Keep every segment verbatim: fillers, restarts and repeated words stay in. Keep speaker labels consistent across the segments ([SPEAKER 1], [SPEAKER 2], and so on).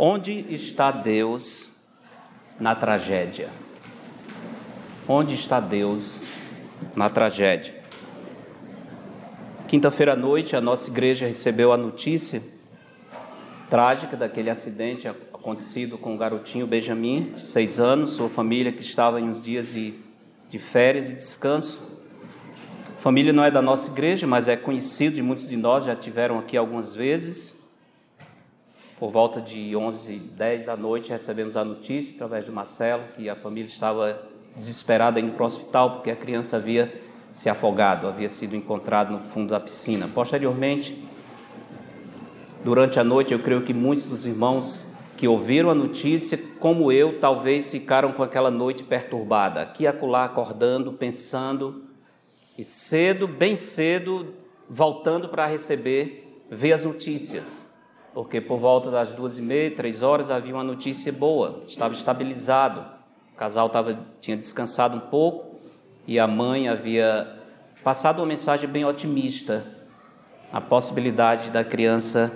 [SPEAKER 1] Onde está Deus na tragédia? Onde está Deus na tragédia? Quinta-feira à noite, a nossa igreja recebeu a notícia trágica daquele acidente acontecido com o garotinho Benjamin, de seis anos, sua família que estava em uns dias de, de férias e descanso. A família não é da nossa igreja, mas é conhecido de muitos de nós, já tiveram aqui algumas vezes. Por volta de onze e dez da noite, recebemos a notícia, através do Marcelo, que a família estava desesperada indo para o hospital, porque a criança havia se afogado, havia sido encontrado no fundo da piscina. Posteriormente, durante a noite, eu creio que muitos dos irmãos que ouviram a notícia, como eu, talvez ficaram com aquela noite perturbada, aqui e acolá, acordando, pensando, e cedo, bem cedo, voltando para receber, ver as notícias. Porque por volta das duas e meia, três horas, havia uma notícia boa, estava estabilizado. O casal tava, tinha descansado um pouco e a mãe havia passado uma mensagem bem otimista, a possibilidade da criança,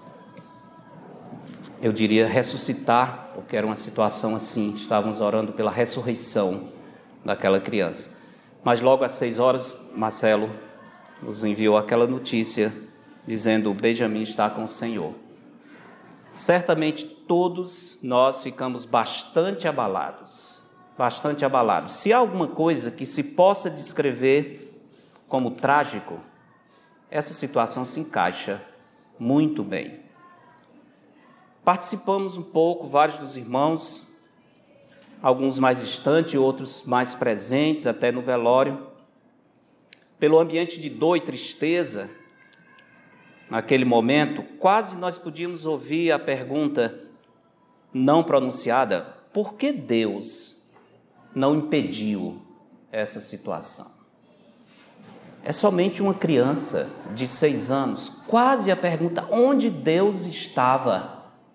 [SPEAKER 1] eu diria, ressuscitar, porque era uma situação assim, estávamos orando pela ressurreição daquela criança. Mas logo às seis horas, Marcelo nos enviou aquela notícia, dizendo: o Benjamin está com o Senhor. Certamente todos nós ficamos bastante abalados, bastante abalados. Se há alguma coisa que se possa descrever como trágico, essa situação se encaixa muito bem. Participamos um pouco, vários dos irmãos, alguns mais distantes, outros mais presentes, até no velório. Pelo ambiente de dor e tristeza, naquele momento, quase nós podíamos ouvir a pergunta não pronunciada: por que Deus não impediu essa situação? É somente uma criança de seis anos, quase a pergunta: onde Deus estava?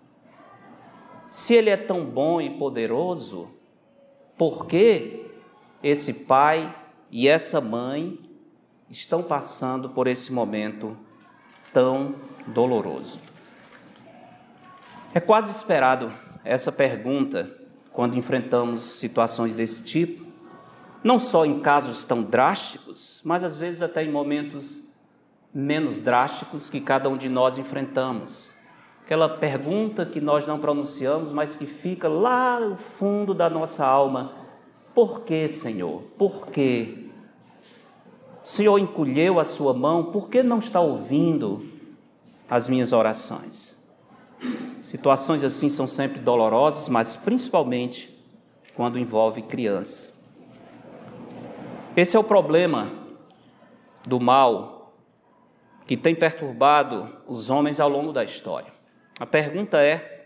[SPEAKER 1] Se Ele é tão bom e poderoso, por que esse pai e essa mãe estão passando por esse momento tão doloroso? É quase esperado essa pergunta quando enfrentamos situações desse tipo, não só em casos tão drásticos, mas às vezes até em momentos menos drásticos que cada um de nós enfrentamos. Aquela pergunta que nós não pronunciamos, mas que fica lá no fundo da nossa alma: por que, Senhor? Por quê? O Senhor encolheu a sua mão, por que não está ouvindo as minhas orações? Situações assim são sempre dolorosas, mas principalmente quando envolve crianças. Esse é o problema do mal que tem perturbado os homens ao longo da história. A pergunta é: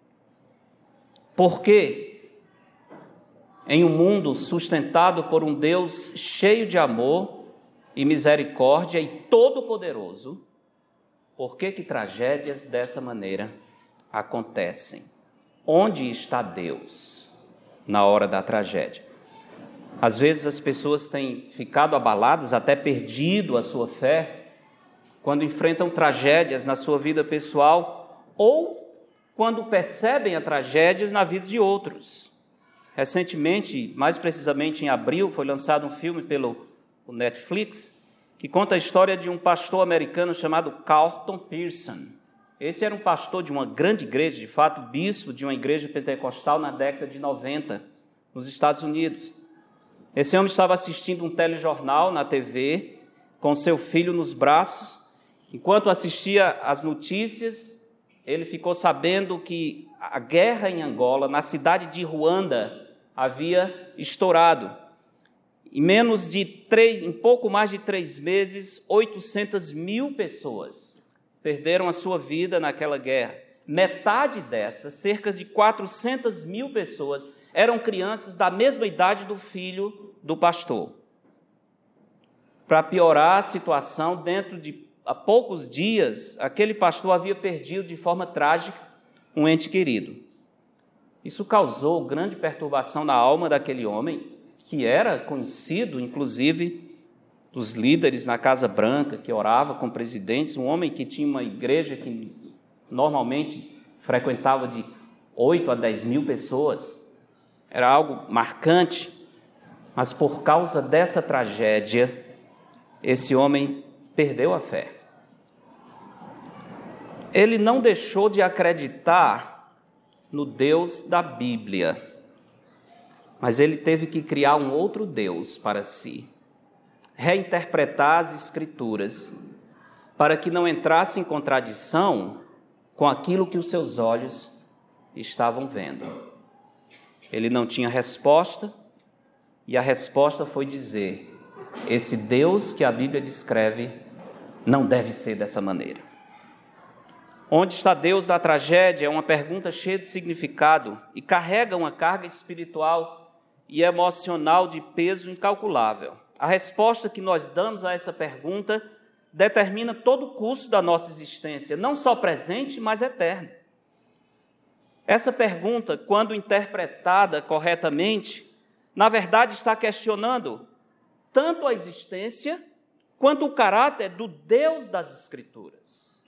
[SPEAKER 1] por que, em um mundo sustentado por um Deus cheio de amor e misericórdia e todo-poderoso, por que que tragédias dessa maneira acontecem? Onde está Deus na hora da tragédia? Às vezes as pessoas têm ficado abaladas, até perdido a sua fé, quando enfrentam tragédias na sua vida pessoal ou quando percebem a tragédia na vida de outros. Recentemente, mais precisamente em abril, foi lançado um filme pelo Netflix que conta a história de um pastor americano chamado Carlton Pearson. Esse era um pastor de uma grande igreja, de fato, bispo de uma igreja pentecostal na década de noventa, nos Estados Unidos. Esse homem estava assistindo um telejornal na T V, com seu filho nos braços. Enquanto assistia às notícias, ele ficou sabendo que a guerra em Angola, na cidade de Ruanda, havia estourado. Em menos de três, em pouco mais de três meses, oitocentas mil pessoas perderam a sua vida naquela guerra. Metade dessas, cerca de quatrocentas mil pessoas, eram crianças da mesma idade do filho do pastor. Para piorar a situação, dentro de há poucos dias, aquele pastor havia perdido de forma trágica um ente querido. Isso causou grande perturbação na alma daquele homem, que era conhecido, inclusive, dos líderes na Casa Branca, que orava com presidentes, um homem que tinha uma igreja que normalmente frequentava de oito a dez mil pessoas. Era algo marcante, mas por causa dessa tragédia, esse homem perdeu a fé. Ele não deixou de acreditar no Deus da Bíblia, mas ele teve que criar um outro Deus para si, reinterpretar as Escrituras, para que não entrasse em contradição com aquilo que os seus olhos estavam vendo. Ele não tinha resposta, e a resposta foi dizer: esse Deus que a Bíblia descreve não deve ser dessa maneira. Onde está Deus da tragédia? É uma pergunta cheia de significado e carrega uma carga espiritual e emocional de peso incalculável. A resposta que nós damos a essa pergunta determina todo o curso da nossa existência, não só presente, mas eterna. Essa pergunta, quando interpretada corretamente, na verdade está questionando tanto a existência quanto o caráter do Deus das Escrituras.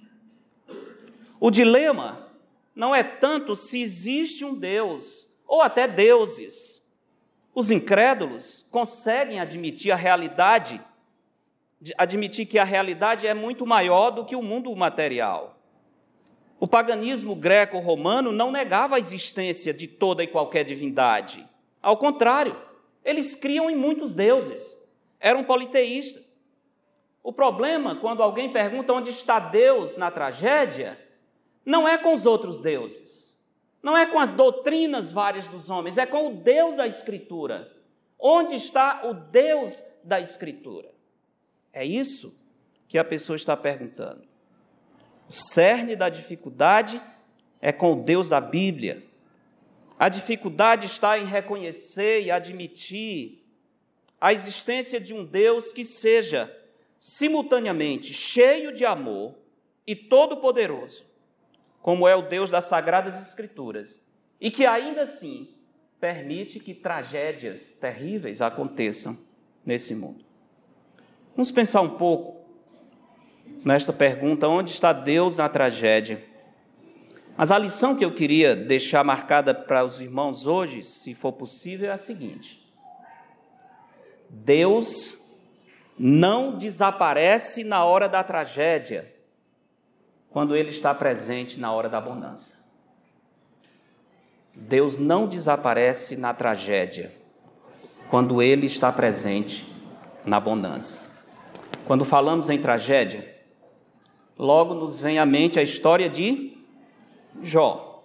[SPEAKER 1] O dilema não é tanto se existe um Deus ou até deuses. Os incrédulos conseguem admitir a realidade, admitir que a realidade é muito maior do que o mundo material. O paganismo greco-romano não negava a existência de toda e qualquer divindade. Ao contrário, eles criam em muitos deuses. Eram politeístas. O problema, quando alguém pergunta onde está Deus na tragédia, não é com os outros deuses, não é com as doutrinas várias dos homens, é com o Deus da Escritura. Onde está o Deus da Escritura? É isso que a pessoa está perguntando. O cerne da dificuldade é com o Deus da Bíblia. A dificuldade está em reconhecer e admitir a existência de um Deus que seja simultaneamente cheio de amor e todo-poderoso, como é o Deus das Sagradas Escrituras, e que ainda assim permite que tragédias terríveis aconteçam nesse mundo. Vamos pensar um pouco nesta pergunta: onde está Deus na tragédia? Mas a lição que eu queria deixar marcada para os irmãos hoje, se for possível, é a seguinte: Deus não desaparece na hora da tragédia, quando Ele está presente na hora da bonança. Deus não desaparece na tragédia, quando Ele está presente na bonança. Quando falamos em tragédia, logo nos vem à mente a história de Jó.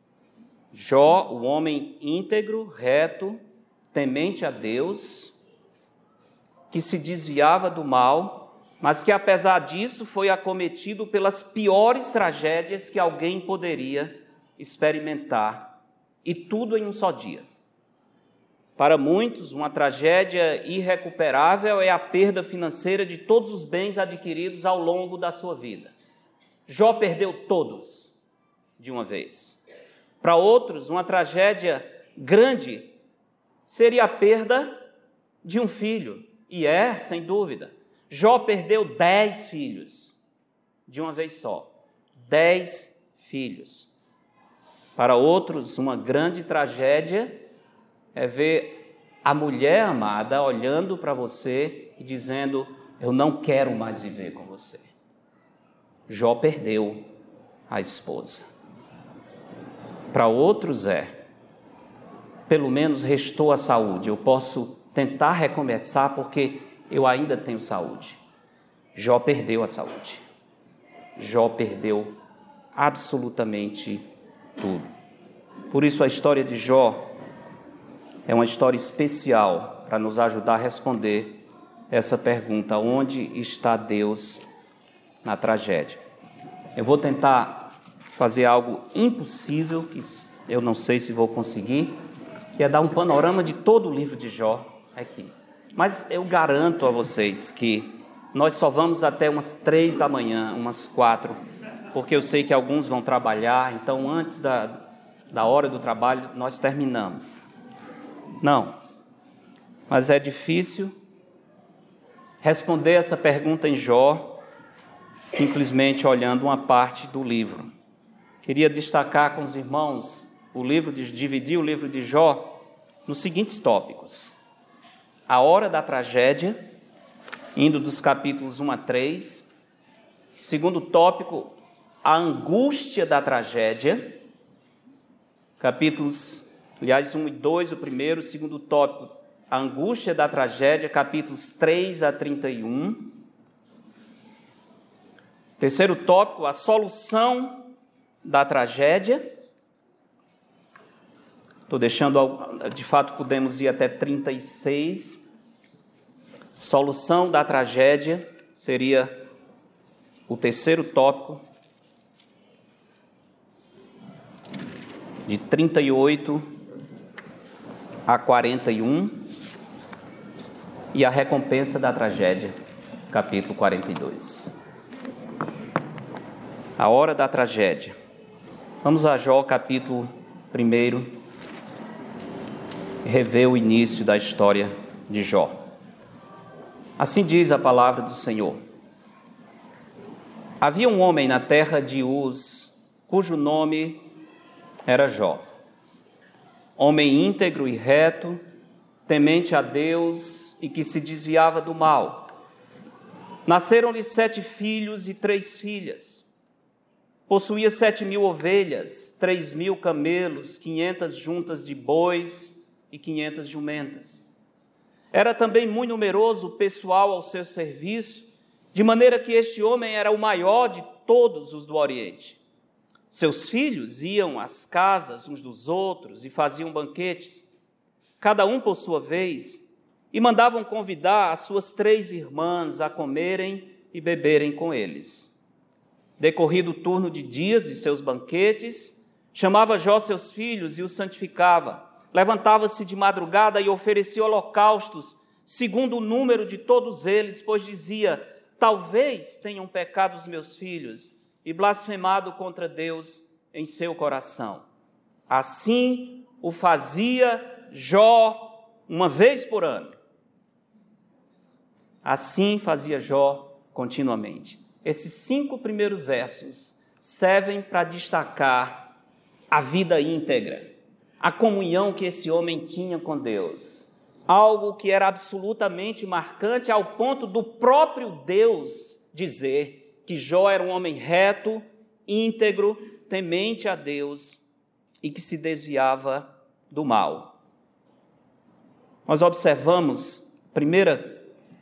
[SPEAKER 1] Jó, o homem íntegro, reto, temente a Deus, que se desviava do mal, mas que apesar disso foi acometido pelas piores tragédias que alguém poderia experimentar, e tudo em um só dia. Para muitos, uma tragédia irrecuperável é a perda financeira de todos os bens adquiridos ao longo da sua vida. Jó perdeu todos de uma vez. Para outros, uma tragédia grande seria a perda de um filho. E é, sem dúvida. Jó perdeu dez filhos de uma vez só. Dez filhos. Para outros, uma grande tragédia é ver a mulher amada olhando para você e dizendo: eu não quero mais viver com você. Jó perdeu a esposa. Para outros é, pelo menos restou a saúde, eu posso tentar recomeçar porque eu ainda tenho saúde. Jó perdeu a saúde. Jó perdeu absolutamente tudo. Por isso a história de Jó é uma história especial para nos ajudar a responder essa pergunta: onde está Deus na tragédia? Eu vou tentar fazer algo impossível, que eu não sei se vou conseguir, que é dar um panorama de todo o livro de Jó aqui. Mas eu garanto a vocês que nós só vamos até umas três da manhã, umas quatro, porque eu sei que alguns vão trabalhar, então antes da, da hora do trabalho nós terminamos. Não, mas é difícil responder essa pergunta em Jó simplesmente olhando uma parte do livro. Queria destacar com os irmãos o livro de, dividir o livro de Jó nos seguintes tópicos: a hora da tragédia, indo dos capítulos um a três. Segundo tópico, a angústia da tragédia, capítulos, aliás, um e dois, o primeiro. Segundo tópico, a angústia da tragédia, capítulos três a trinta e um. Terceiro tópico, a solução da tragédia. Estou deixando, de fato, podemos ir até trinta e seis. Solução da tragédia seria o terceiro tópico, de trinta e oito a quarenta e um. E a recompensa da tragédia, capítulo quarenta e dois. A hora da tragédia. Vamos a Jó, capítulo um. Rever o início da história de Jó. Assim diz a palavra do Senhor. Havia um homem na terra de Uz, cujo nome era Jó. Homem íntegro e reto, temente a Deus e que se desviava do mal. Nasceram-lhe sete filhos e três filhas. Possuía sete mil ovelhas, três mil camelos, quinhentas juntas de bois e quinhentas jumentas. Era também muito numeroso o pessoal ao seu serviço, de maneira que este homem era o maior de todos os do Oriente. Seus filhos iam às casas uns dos outros e faziam banquetes, cada um por sua vez, e mandavam convidar as suas três irmãs a comerem e beberem com eles. Decorrido o turno de dias de seus banquetes, chamava Jó seus filhos e os santificava. Levantava-se de madrugada e oferecia holocaustos, segundo o número de todos eles, pois dizia: talvez tenham pecado os meus filhos e blasfemado contra Deus em seu coração. Assim o fazia Jó uma vez por ano. Assim fazia Jó continuamente. Esses cinco primeiros versos servem para destacar a vida íntegra, a comunhão que esse homem tinha com Deus. Algo que era absolutamente marcante, ao ponto do próprio Deus dizer que Jó era um homem reto, íntegro, temente a Deus e que se desviava do mal. Nós observamos, a primeira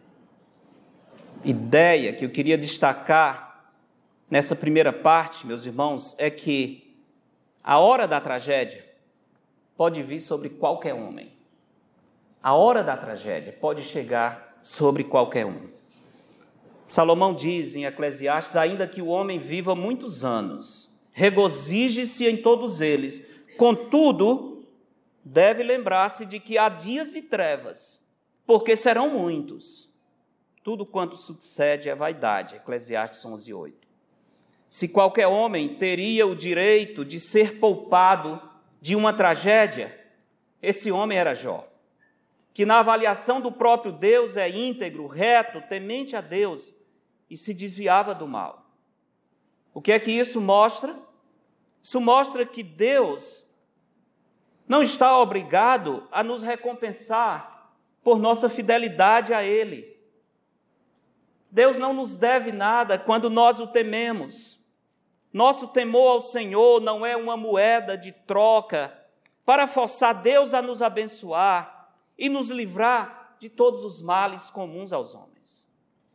[SPEAKER 1] ideia que eu queria destacar nessa primeira parte, meus irmãos, é que a hora da tragédia pode vir sobre qualquer homem. A hora da tragédia pode chegar sobre qualquer um. Salomão diz em Eclesiastes: ainda que o homem viva muitos anos, regozije-se em todos eles, contudo, deve lembrar-se de que há dias de trevas, porque serão muitos. Tudo quanto sucede é vaidade. Eclesiastes onze, oito. Se qualquer homem teria o direito de ser poupado de uma tragédia, esse homem era Jó, que na avaliação do próprio Deus é íntegro, reto, temente a Deus e se desviava do mal. O que é que isso mostra? Isso mostra que Deus não está obrigado a nos recompensar por nossa fidelidade a Ele. Deus não nos deve nada quando nós o tememos. Nosso temor ao Senhor não é uma moeda de troca para forçar Deus a nos abençoar e nos livrar de todos os males comuns aos homens.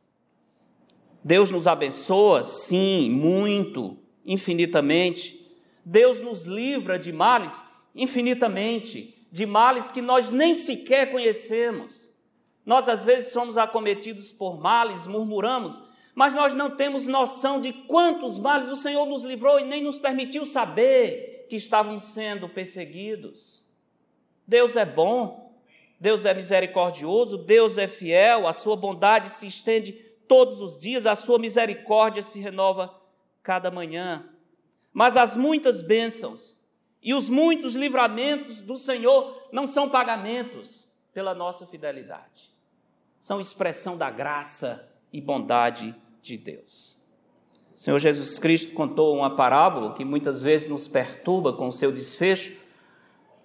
[SPEAKER 1] Deus nos abençoa, sim, muito, infinitamente. Deus nos livra de males infinitamente, de males que nós nem sequer conhecemos. Nós, às vezes, somos acometidos por males, murmuramos, mas nós não temos noção de quantos males o Senhor nos livrou e nem nos permitiu saber que estávamos sendo perseguidos. Deus é bom, Deus é misericordioso, Deus é fiel, a sua bondade se estende todos os dias, a sua misericórdia se renova cada manhã. Mas as muitas bênçãos e os muitos livramentos do Senhor não são pagamentos pela nossa fidelidade. São expressão da graça e bondade de Deus. O Senhor Jesus Cristo contou uma parábola que muitas vezes nos perturba com o seu desfecho,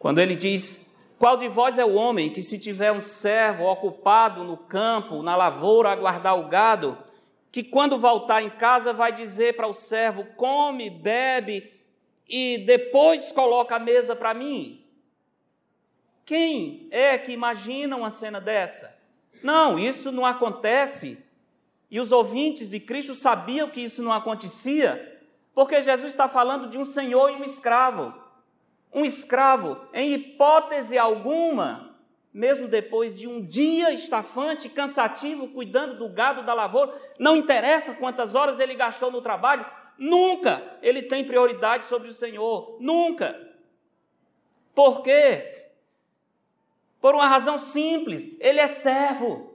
[SPEAKER 1] Quando ele diz: qual de vós é o homem que, se tiver um servo ocupado no campo, na lavoura, a guardar o gado, que quando voltar em casa vai dizer para o servo: come, bebe e depois coloca a mesa para mim? Quem é que imagina uma cena dessa? Não, isso não acontece. E os ouvintes de Cristo sabiam que isso não acontecia, porque Jesus está falando de um senhor e um escravo. Um escravo, em hipótese alguma, mesmo depois de um dia estafante, cansativo, cuidando do gado da lavoura, não interessa quantas horas ele gastou no trabalho, nunca ele tem prioridade sobre o Senhor, nunca. Por quê? Por uma razão simples: ele é servo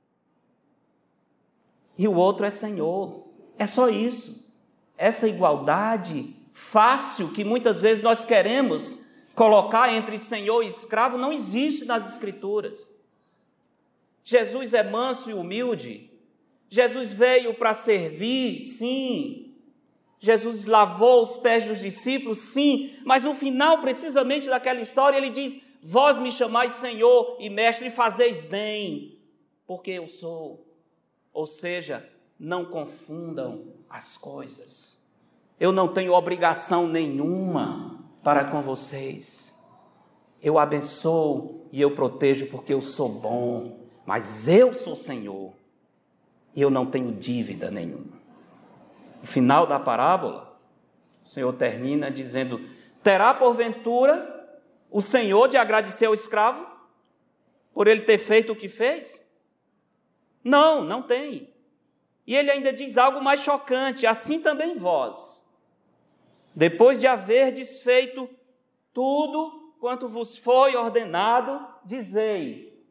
[SPEAKER 1] e o outro é senhor. É só isso. Essa igualdade fácil que muitas vezes nós queremos colocar entre senhor e escravo não existe nas Escrituras. Jesus é manso e humilde. Jesus veio para servir, sim. Jesus lavou os pés dos discípulos, sim. Mas no final, precisamente daquela história, ele diz: vós me chamais Senhor e Mestre, e fazeis bem, porque eu sou. Ou seja, não confundam as coisas. Eu não tenho obrigação nenhuma para com vocês. Eu abençoo e eu protejo porque eu sou bom, mas eu sou Senhor e eu não tenho dívida nenhuma. No final da parábola, o Senhor termina dizendo: terá porventura o Senhor de agradecer ao escravo por ele ter feito o que fez? Não, não tem. E ele ainda diz algo mais chocante: assim também vós, depois de haver desfeito tudo quanto vos foi ordenado, dizei: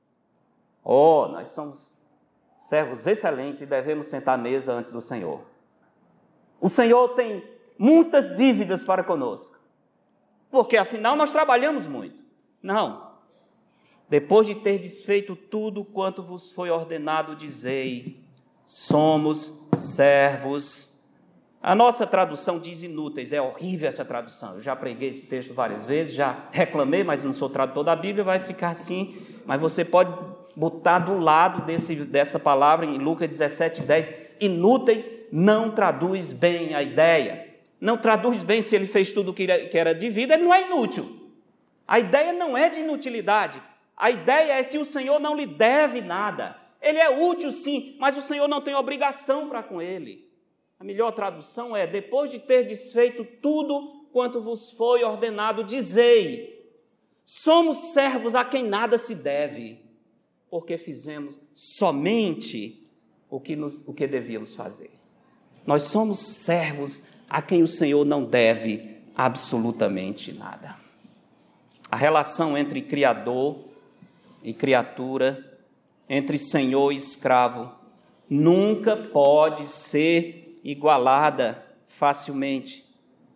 [SPEAKER 1] oh, nós somos servos excelentes e devemos sentar à mesa antes do Senhor. O Senhor tem muitas dívidas para conosco, porque afinal nós trabalhamos muito. Não. Depois de ter desfeito tudo quanto vos foi ordenado, dizei: somos servos. A nossa tradução diz inúteis. É horrível essa tradução. Eu já preguei esse texto várias vezes, já reclamei, mas não sou tradutor da Bíblia, vai ficar assim. Mas você pode botar do lado desse, dessa palavra em Lucas dezessete, dez. Inúteis não traduz bem a ideia. Não traduz bem. Se ele fez tudo o que era devido, ele não é inútil. A ideia não é de inutilidade. A ideia é que o Senhor não lhe deve nada. Ele é útil, sim, mas o Senhor não tem obrigação para com ele. A melhor tradução é: depois de ter desfeito tudo quanto vos foi ordenado, dizei: somos servos a quem nada se deve, porque fizemos somente o que, nos, o que devíamos fazer. Nós somos servos a quem o Senhor não deve absolutamente nada. A relação entre Criador e criatura, entre senhor e escravo, nunca pode ser igualada facilmente.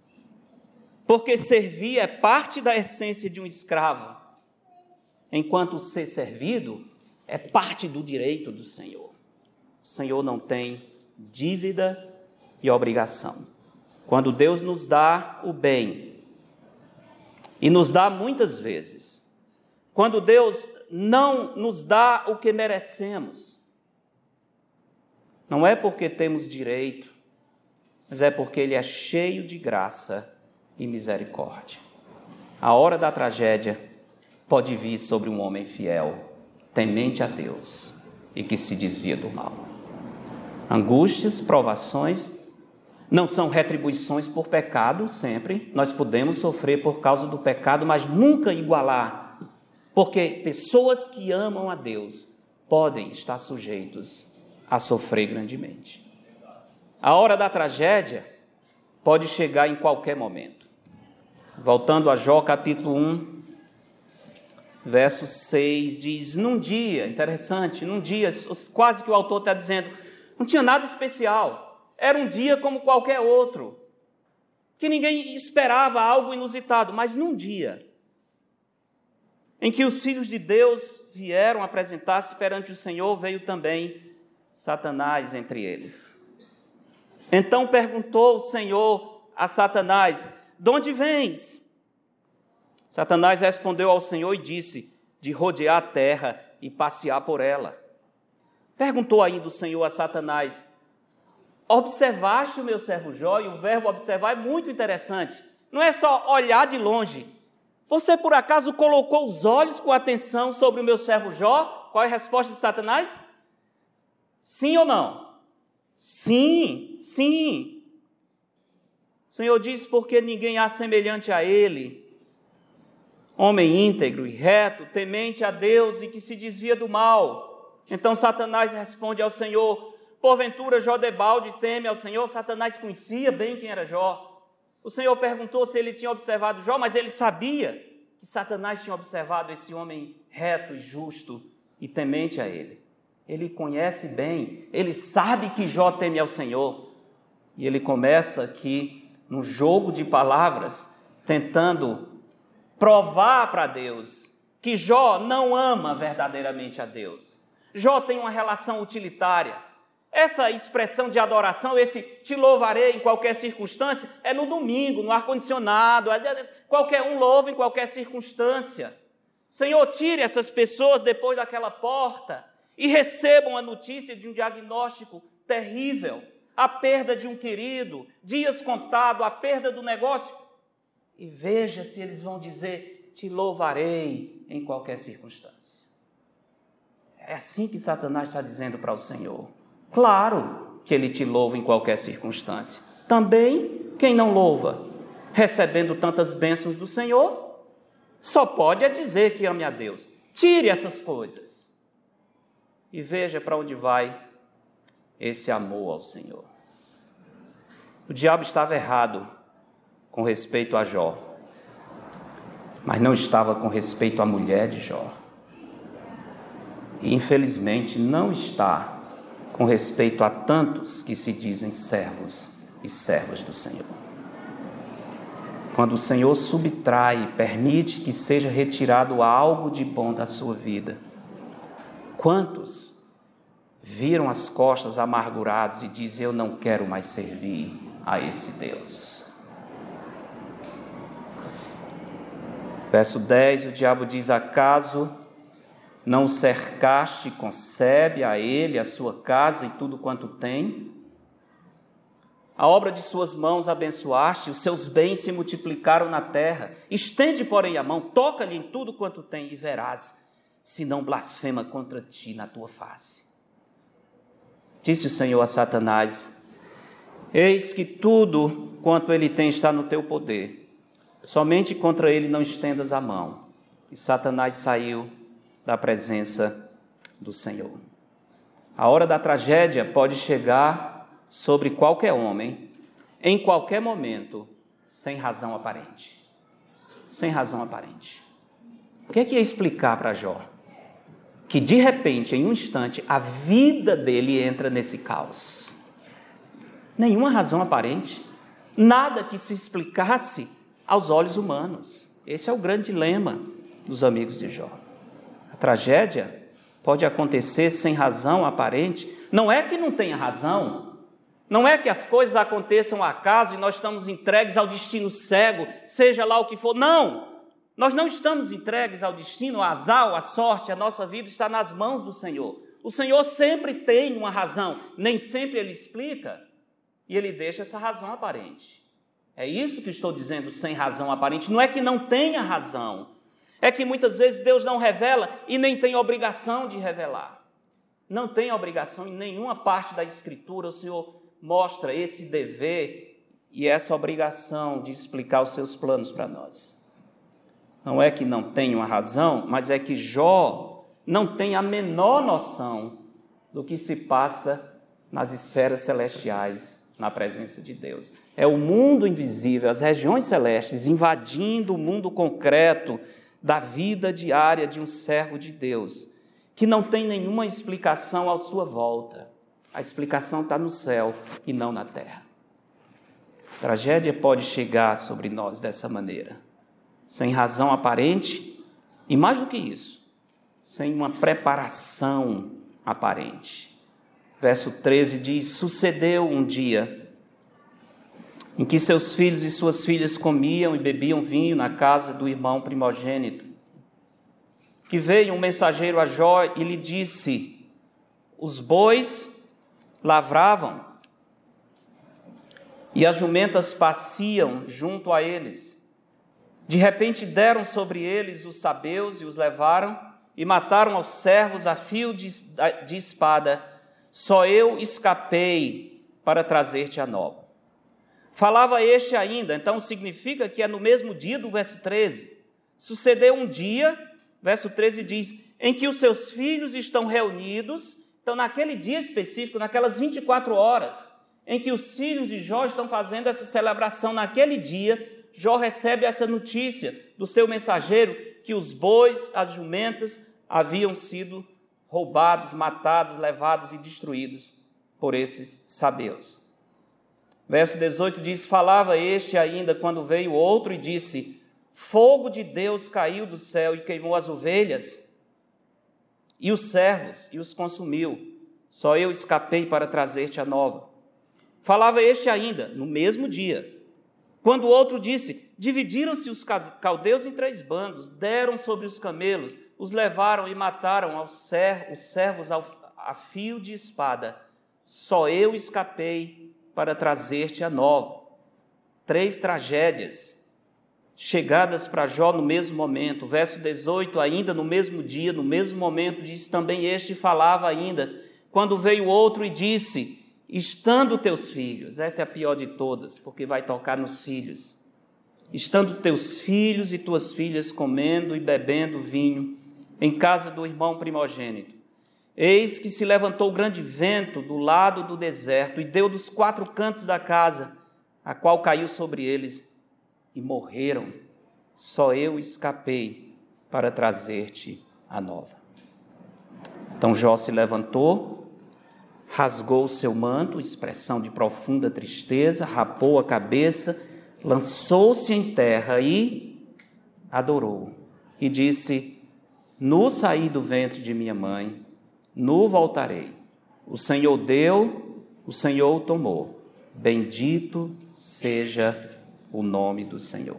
[SPEAKER 1] Porque servir é parte da essência de um escravo, enquanto ser servido é parte do direito do Senhor. O Senhor não tem dívida e obrigação. Quando Deus nos dá o bem, e nos dá muitas vezes, quando Deus não nos dá o que merecemos, não é porque temos direito, mas é porque Ele é cheio de graça e misericórdia. A hora da tragédia pode vir sobre um homem fiel, temente a Deus e que se desvia do mal. Angústias, provações, não são retribuições por pecado sempre. Nós podemos sofrer por causa do pecado, mas nunca igualar. Porque pessoas que amam a Deus podem estar sujeitos a sofrer grandemente. A hora da tragédia pode chegar em qualquer momento. Voltando a Jó, capítulo um, verso seis, diz: num dia, interessante, num dia, quase que o autor está dizendo, não tinha nada especial, era um dia como qualquer outro, que ninguém esperava algo inusitado, mas num dia em que os filhos de Deus vieram apresentar-se perante o Senhor, veio também Satanás entre eles. Então perguntou o Senhor a Satanás: de onde vens? Satanás respondeu ao Senhor e disse: de rodear a terra e passear por ela. Perguntou ainda o Senhor a Satanás: observaste o meu servo Jó? E o verbo observar é muito interessante. Não é só olhar de longe. Você por acaso colocou os olhos com atenção sobre o meu servo Jó? Qual é a resposta de Satanás? Sim ou não? Sim, sim. O Senhor diz: porque ninguém há semelhante a ele, homem íntegro e reto, temente a Deus e que se desvia do mal. Então Satanás responde ao Senhor: porventura Jó debalde teme ao Senhor? Satanás conhecia bem quem era Jó. O Senhor perguntou se ele tinha observado Jó, mas ele sabia que Satanás tinha observado esse homem reto e justo e temente a ele. Ele conhece bem, ele sabe que Jó teme ao Senhor. E ele começa aqui, no jogo de palavras, tentando provar para Deus que Jó não ama verdadeiramente a Deus. Jó tem uma relação utilitária. Essa expressão de adoração, esse te louvarei em qualquer circunstância, é no domingo, no ar-condicionado, qualquer um louva em qualquer circunstância. Senhor, tire essas pessoas depois daquela porta e recebam a notícia de um diagnóstico terrível, a perda de um querido, dias contados, a perda do negócio. E veja se eles vão dizer: te louvarei em qualquer circunstância. É assim que Satanás está dizendo para o Senhor. Claro que ele te louva em qualquer circunstância. Também quem não louva, recebendo tantas bênçãos do Senhor, só pode é dizer que ame a Deus. Tire essas coisas e veja para onde vai esse amor ao Senhor. O diabo estava errado com respeito a Jó, mas não estava com respeito à mulher de Jó. E infelizmente não está com respeito a tantos que se dizem servos e servas do Senhor. Quando o Senhor subtrai e permite que seja retirado algo de bom da sua vida, quantos viram as costas amargurados e dizem: eu não quero mais servir a esse Deus. Verso dez, o diabo diz: acaso não o cercaste, concebe a ele, a sua casa e tudo quanto tem? A obra de suas mãos abençoaste, os seus bens se multiplicaram na terra. Estende, porém, a mão, toca-lhe em tudo quanto tem e verás, se não blasfema contra ti na tua face. Disse o Senhor a Satanás: eis que tudo quanto ele tem está no teu poder, somente contra ele não estendas a mão. E Satanás saiu da presença do Senhor. A hora da tragédia pode chegar sobre qualquer homem, em qualquer momento, sem razão aparente. Sem razão aparente. O que é que ia explicar para Jó? Que de repente, em um instante, a vida dele entra nesse caos. Nenhuma razão aparente. Nada que se explicasse aos olhos humanos. Esse é o grande dilema dos amigos de Jó. A tragédia pode acontecer sem razão aparente. Não é que não tenha razão. Não é que as coisas aconteçam ao acaso e nós estamos entregues ao destino cego, seja lá o que for. Não! Nós não estamos entregues ao destino, ao azar, à sorte. A nossa vida está nas mãos do Senhor. O Senhor sempre tem uma razão. Nem sempre Ele explica e Ele deixa essa razão aparente. É isso que estou dizendo, sem razão aparente. Não é que não tenha razão. É que muitas vezes Deus não revela e nem tem obrigação de revelar. Não tem obrigação em nenhuma parte da Escritura. O Senhor mostra esse dever e essa obrigação de explicar os seus planos para nós. Não é que não tenha uma razão, mas é que Jó não tem a menor noção do que se passa nas esferas celestiais, na presença de Deus. É o mundo invisível, as regiões celestes invadindo o mundo concreto da vida diária de um servo de Deus, que não tem nenhuma explicação à sua volta. A explicação está no céu e não na terra. A tragédia pode chegar sobre nós dessa maneira, sem razão aparente e, mais do que isso, sem uma preparação aparente. Verso treze diz: sucedeu um dia, em que seus filhos e suas filhas comiam e bebiam vinho na casa do irmão primogênito. Que veio um mensageiro a Jó e lhe disse: os bois lavravam e as jumentas pasciam junto a eles. De repente deram sobre eles os sabeus e os levaram e mataram aos servos a fio de, de espada. Só eu escapei para trazer-te a nova. Falava este ainda, então significa que é no mesmo dia do verso treze. Sucedeu um dia, verso treze diz, em que os seus filhos estão reunidos. Então, naquele dia específico, naquelas vinte e quatro horas, em que os filhos de Jó estão fazendo essa celebração, naquele dia, Jó recebe essa notícia do seu mensageiro que os bois, as jumentas, haviam sido roubados, matados, levados e destruídos por esses sabeus. Verso dezoito diz, falava este ainda quando veio outro e disse, fogo de Deus caiu do céu e queimou as ovelhas e os servos e os consumiu. Só eu escapei para trazer-te a nova. Falava este ainda, no mesmo dia, quando o outro disse, dividiram-se os caldeus em três bandos, deram sobre os camelos, os levaram e mataram aos servos, os servos a fio de espada. Só eu escapei para trazer-te a nova. Três tragédias chegadas para Jó no mesmo momento. Verso dezoito, ainda no mesmo dia, no mesmo momento, diz também este, falava ainda, quando veio outro e disse, estando teus filhos, essa é a pior de todas, porque vai tocar nos filhos, estando teus filhos e tuas filhas comendo e bebendo vinho em casa do irmão primogênito, eis que se levantou grande vento do lado do deserto e deu dos quatro cantos da casa, a qual caiu sobre eles e morreram. Só eu escapei para trazer-te a nova. Então Jó se levantou, rasgou o seu manto, expressão de profunda tristeza, rapou a cabeça, lançou-se em terra e adorou. E disse, nu saí do ventre de minha mãe, nu voltarei. O Senhor deu, o Senhor o tomou. Bendito seja o nome do Senhor.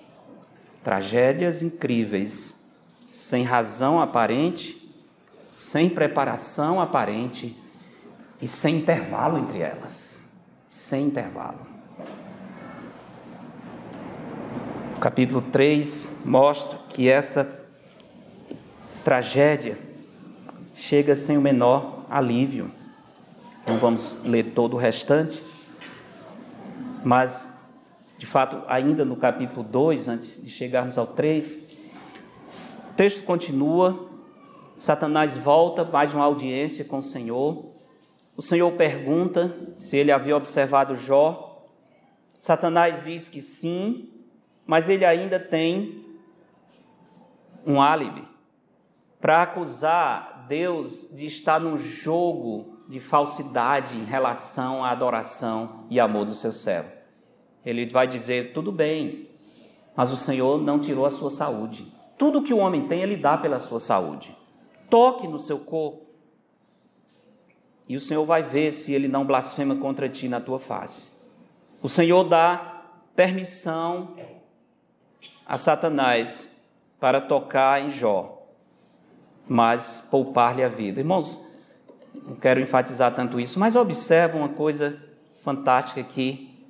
[SPEAKER 1] Tragédias incríveis, sem razão aparente, sem preparação aparente, e sem intervalo entre elas, sem intervalo. O capítulo três mostra que essa tragédia chega sem o menor alívio. Não vamos ler todo o restante, mas, de fato, ainda no capítulo dois, antes de chegarmos ao três, o texto continua, Satanás volta, mais uma audiência com o Senhor. O Senhor pergunta se ele havia observado Jó. Satanás diz que sim, mas ele ainda tem um álibi para acusar Deus de estar num jogo de falsidade em relação à adoração e amor do seu servo. Ele vai dizer, tudo bem, mas o Senhor não tirou a sua saúde. Tudo que o homem tem, ele dá pela sua saúde. Toque no seu corpo. E o Senhor vai ver se ele não blasfema contra ti na tua face. O Senhor dá permissão a Satanás para tocar em Jó, mas poupar-lhe a vida. Irmãos, não quero enfatizar tanto isso, mas observa uma coisa fantástica aqui.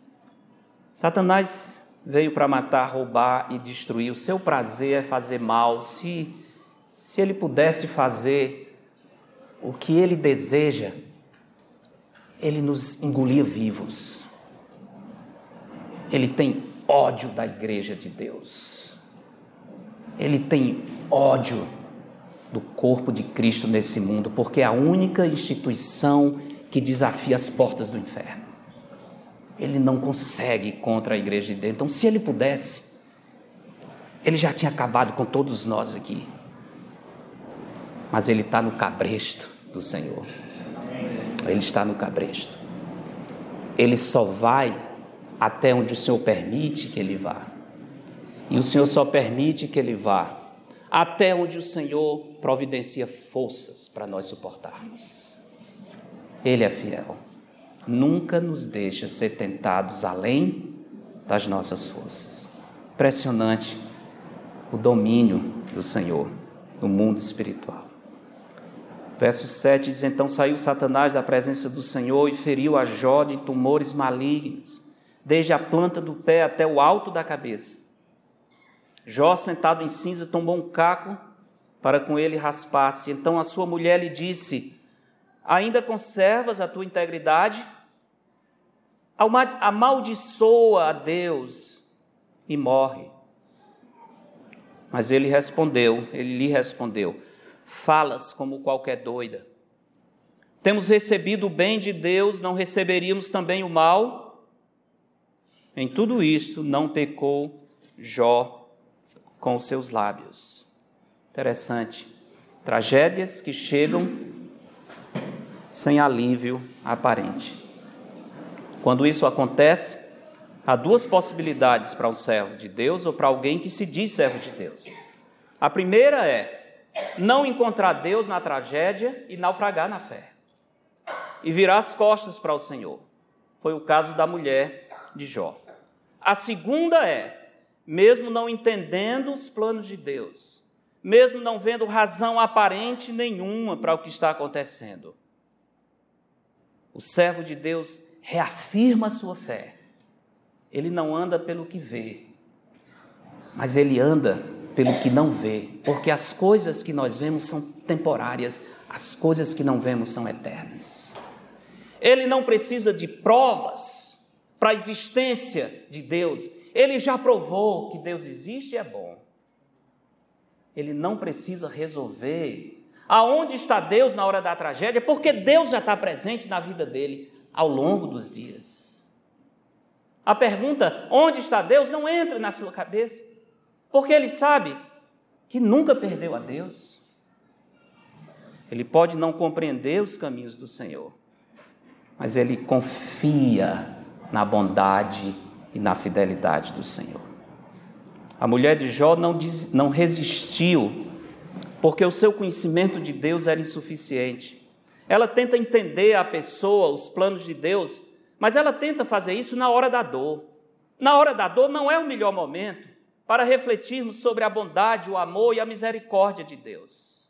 [SPEAKER 1] Satanás veio para matar, roubar e destruir. O seu prazer é fazer mal. Se, se ele pudesse fazer o que ele deseja, ele nos engolia vivos. Ele tem ódio da igreja de Deus. Ele tem ódio do corpo de Cristo nesse mundo, porque é a única instituição que desafia as portas do inferno. Ele não consegue ir contra a igreja de Deus. Então, se ele pudesse, ele já tinha acabado com todos nós aqui. Mas ele está no cabresto do Senhor. Ele está no cabresto. Ele só vai até onde o Senhor permite que ele vá. E o Senhor só permite que ele vá até onde o Senhor providencia forças para nós suportarmos. Ele é fiel. nunca nos deixa ser tentados além das nossas forças. Impressionante o domínio do Senhor no mundo espiritual. Verso sete diz: então saiu Satanás da presença do Senhor e feriu a Jó de tumores malignos, desde a planta do pé até o alto da cabeça. Jó, sentado em cinza, tomou um caco para com ele raspar-se. Então a sua mulher lhe disse: ainda conservas a tua integridade? Amaldiçoa a Deus e morre. Mas ele respondeu, ele lhe respondeu: falas como qualquer doida. Temos recebido o bem de Deus, não receberíamos também o mal? Em tudo isto não pecou Jó com os seus lábios. Interessante. Tragédias que chegam sem alívio aparente. Quando isso acontece, há duas possibilidades para um servo de Deus ou para alguém que se diz servo de Deus. A primeira é não encontrar Deus na tragédia e naufragar na fé, e virar as costas para o Senhor. Foi o caso da mulher de Jó. A segunda é, mesmo não entendendo os planos de Deus, mesmo não vendo razão aparente nenhuma para o que está acontecendo, o servo de Deus reafirma a sua fé. Ele não anda pelo que vê, mas ele anda pelo que não vê, porque as coisas que nós vemos são temporárias, as coisas que não vemos são eternas. Ele não precisa de provas para a existência de Deus, ele já provou que Deus existe e é bom. Ele não precisa resolver aonde está Deus na hora da tragédia, porque Deus já está presente na vida dele ao longo dos dias. A pergunta, onde está Deus, não entra na sua cabeça, porque ele sabe que nunca perdeu a Deus. Ele pode não compreender os caminhos do Senhor, mas ele confia na bondade e na fidelidade do Senhor. A mulher de Jó não, diz, não resistiu, porque o seu conhecimento de Deus era insuficiente. Ela tenta entender a pessoa, os planos de Deus, mas ela tenta fazer isso na hora da dor. Na hora da dor não é o melhor momento para refletirmos sobre a bondade, o amor e a misericórdia de Deus.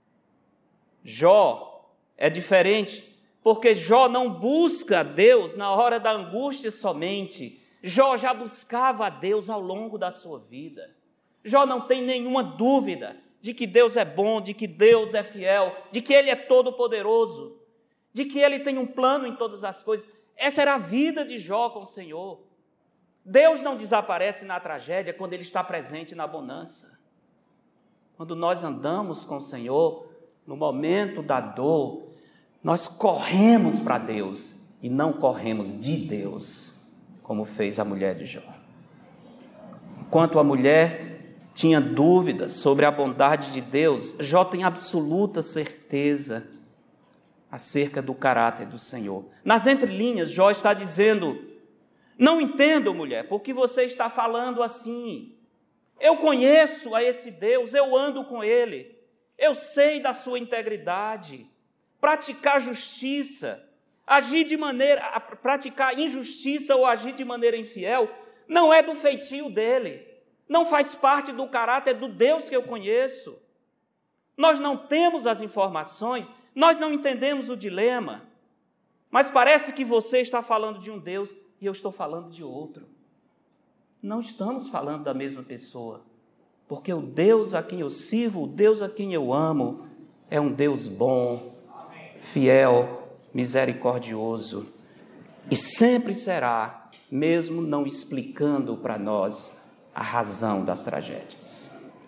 [SPEAKER 1] Jó é diferente, porque Jó não busca Deus na hora da angústia somente. Jó já buscava a Deus ao longo da sua vida. Jó não tem nenhuma dúvida de que Deus é bom, de que Deus é fiel, de que Ele é todo-poderoso, de que Ele tem um plano em todas as coisas. Essa era a vida de Jó com o Senhor. Deus não desaparece na tragédia quando Ele está presente na bonança. Quando nós andamos com o Senhor, no momento da dor, nós corremos para Deus e não corremos de Deus, como fez a mulher de Jó. Enquanto a mulher tinha dúvidas sobre a bondade de Deus, Jó tem absoluta certeza acerca do caráter do Senhor. Nas entrelinhas, Jó está dizendo: não entendo, mulher, porque você está falando assim. Eu conheço a esse Deus, eu ando com Ele, eu sei da sua integridade. Praticar justiça, agir de maneira, praticar injustiça ou agir de maneira infiel, não é do feitio dele, não faz parte do caráter do Deus que eu conheço. Nós não temos as informações, nós não entendemos o dilema, mas parece que você está falando de um Deus e eu estou falando de outro. Não estamos falando da mesma pessoa, porque o Deus a quem eu sirvo, o Deus a quem eu amo, é um Deus bom, fiel, misericordioso, e sempre será, mesmo não explicando para nós a razão das tragédias.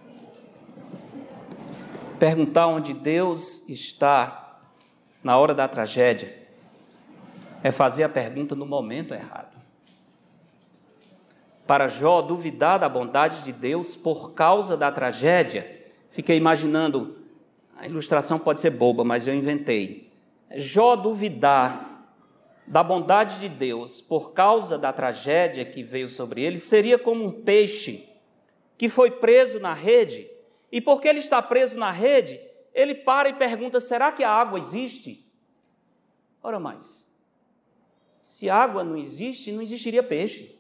[SPEAKER 1] Perguntar onde Deus está na hora da tragédia é fazer a pergunta no momento errado. Para Jó, duvidar da bondade de Deus por causa da tragédia, fiquei imaginando, a ilustração pode ser boba, mas eu inventei. Jó duvidar da bondade de Deus por causa da tragédia que veio sobre ele, seria como um peixe que foi preso na rede, e porque ele está preso na rede, ele para e pergunta: será que a água existe? Ora mais, Se água não existe, não existiria peixe.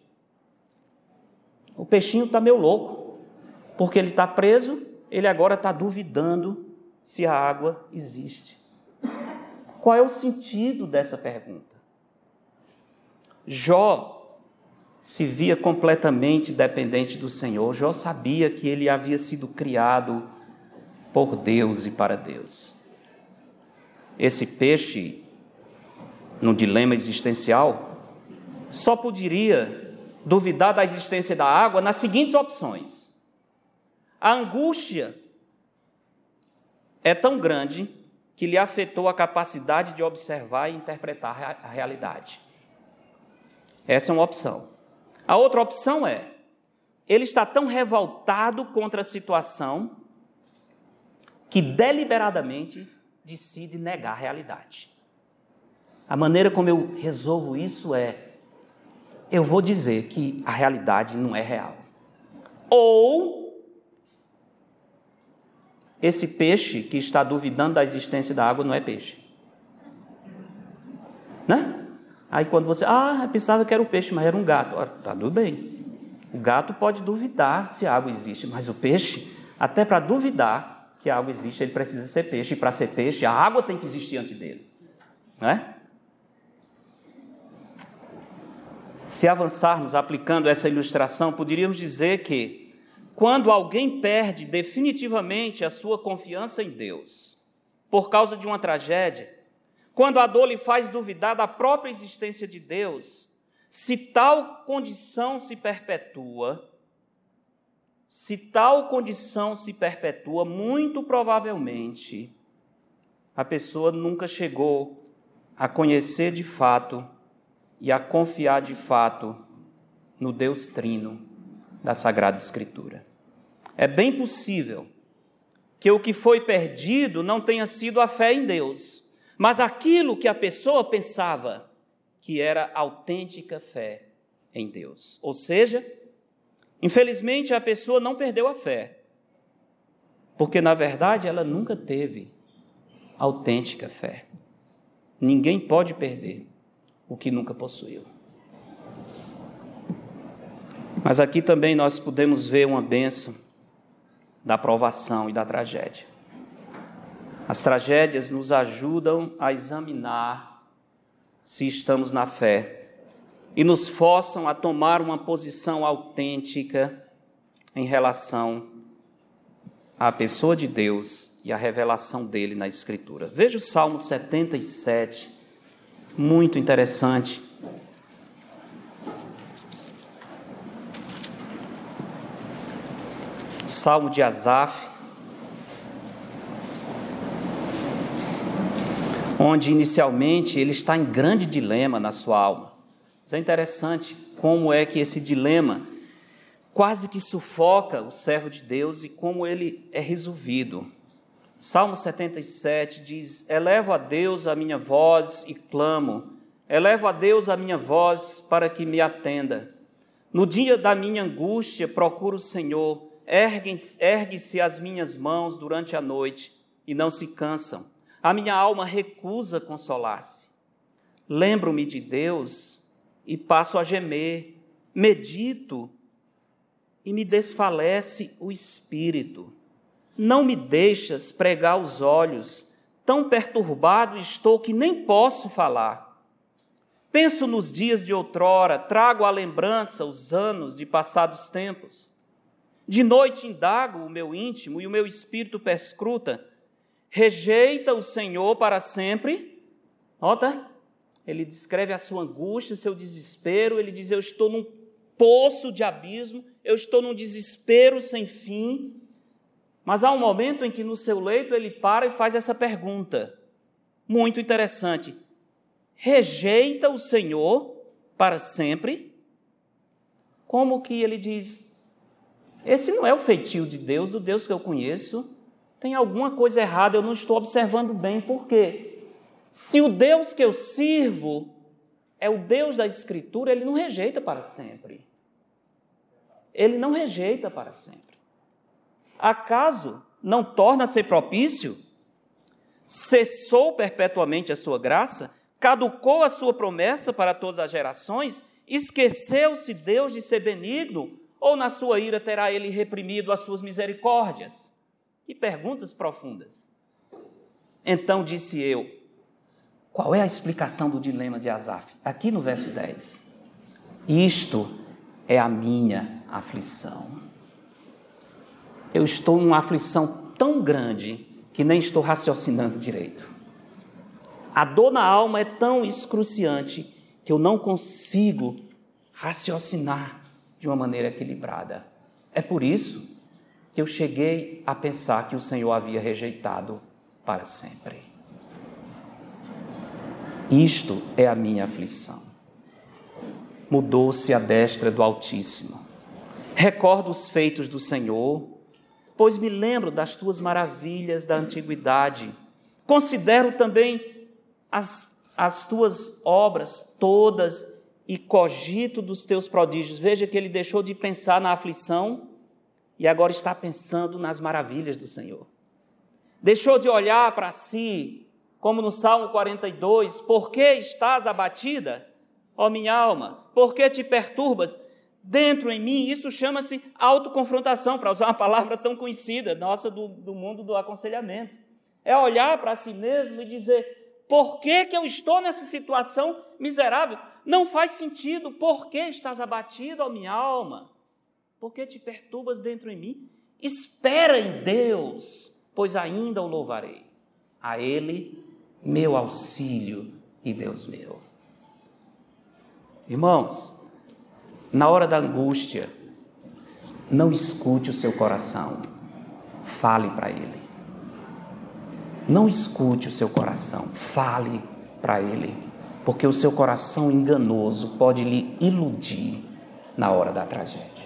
[SPEAKER 1] O peixinho está meio louco, porque ele está preso, ele agora está duvidando se a água existe. Qual é o sentido dessa pergunta? Jó se via completamente dependente do Senhor. Jó sabia que ele havia sido criado por Deus e para Deus. Esse peixe, no dilema existencial, só poderia duvidar da existência da água nas seguintes opções. A angústia é tão grande que lhe afetou a capacidade de observar e interpretar a realidade. Essa é uma opção. A outra opção é, ele está tão revoltado contra a situação que deliberadamente decide negar a realidade. A maneira como eu resolvo isso é, eu vou dizer que a realidade não é real. Ou, esse peixe que está duvidando da existência da água não é peixe. Né? Aí quando você, ah, eu pensava que era o peixe, mas era um gato. Ah, tá tudo bem. O gato pode duvidar se a água existe, mas o peixe, até para duvidar que a água existe, ele precisa ser peixe. E para ser peixe, a água tem que existir antes dele. Não é? Se avançarmos aplicando essa ilustração, poderíamos dizer que quando alguém perde definitivamente a sua confiança em Deus, por causa de uma tragédia, quando a dor lhe faz duvidar da própria existência de Deus, se tal condição se perpetua, se tal condição se perpetua, muito provavelmente a pessoa nunca chegou a conhecer de fato e a confiar de fato no Deus Trino da Sagrada Escritura. É bem possível que o que foi perdido não tenha sido a fé em Deus, mas aquilo que a pessoa pensava que era autêntica fé em Deus. Ou seja, infelizmente a pessoa não perdeu a fé, porque na verdade ela nunca teve autêntica fé. Ninguém pode perder o que nunca possuiu. Mas aqui também nós podemos ver uma bênção da provação e da tragédia. As tragédias nos ajudam a examinar se estamos na fé e nos forçam a tomar uma posição autêntica em relação à pessoa de Deus e à revelação dele na Escritura. Veja o Salmo setenta e sete, muito interessante. Salmo de Asaf, onde inicialmente ele está em grande dilema na sua alma. Mas é interessante como é que esse dilema quase que sufoca o servo de Deus e como ele é resolvido. Salmo setenta e sete diz: elevo a Deus a minha voz e clamo, elevo a Deus a minha voz para que me atenda. No dia da minha angústia procuro o Senhor, ergue-se as minhas mãos durante a noite e não se cansam. A minha alma recusa consolar-se. Lembro-me de Deus e passo a gemer, medito e me desfalece o espírito. Não me deixas pregar os olhos, tão perturbado estou que nem posso falar. Penso nos dias de outrora, trago à lembrança os anos de passados tempos. De noite indago o meu íntimo e o meu espírito perscruta. Rejeita o Senhor para sempre. Nota, ele descreve a sua angústia, o seu desespero. Ele diz: eu estou num poço de abismo, eu estou num desespero sem fim. Mas há um momento em que no seu leito ele para e faz essa pergunta, muito interessante. Rejeita o Senhor para sempre? Como que ele diz: esse não é o feitio de Deus, do Deus que eu conheço. Tem alguma coisa errada, eu não estou observando bem. Por quê? Se o Deus que eu sirvo é o Deus da Escritura, ele não rejeita para sempre. Ele não rejeita para sempre. Acaso não torna-se propício? Cessou perpetuamente a sua graça? Caducou a sua promessa para todas as gerações? Esqueceu-se Deus de ser benigno? Ou na sua ira terá ele reprimido as suas misericórdias? Que perguntas profundas. Então disse eu, qual é a explicação do dilema de Asaf? Aqui no verso dez. Isto é a minha aflição. Eu estou numa aflição tão grande que nem estou raciocinando direito. A dor na alma é tão excruciante que eu não consigo raciocinar de uma maneira equilibrada. É por isso que eu cheguei a pensar que o Senhor havia rejeitado para sempre. Isto é a minha aflição. Mudou-se a destra do Altíssimo. Recordo os feitos do Senhor, pois me lembro das tuas maravilhas da antiguidade. Considero também as, as tuas obras todas e cogito dos teus prodígios. Veja que ele deixou de pensar na aflição e agora está pensando nas maravilhas do Senhor. Deixou de olhar para si, como no Salmo quarenta e dois, por que estás abatida, ó minha alma? Por que te perturbas dentro em mim? Isso chama-se autoconfrontação, para usar uma palavra tão conhecida, nossa, do, do mundo do aconselhamento. É olhar para si mesmo e dizer, por que que eu estou nessa situação miserável? Não faz sentido. Por que estás abatido, ó minha alma? Por que te perturbas dentro em mim? Espera em Deus, pois ainda o louvarei. A Ele, meu auxílio e Deus meu. Irmãos, na hora da angústia, não escute o seu coração, fale para Ele. Não escute o seu coração, fale para Ele, porque o seu coração enganoso pode lhe iludir na hora da tragédia.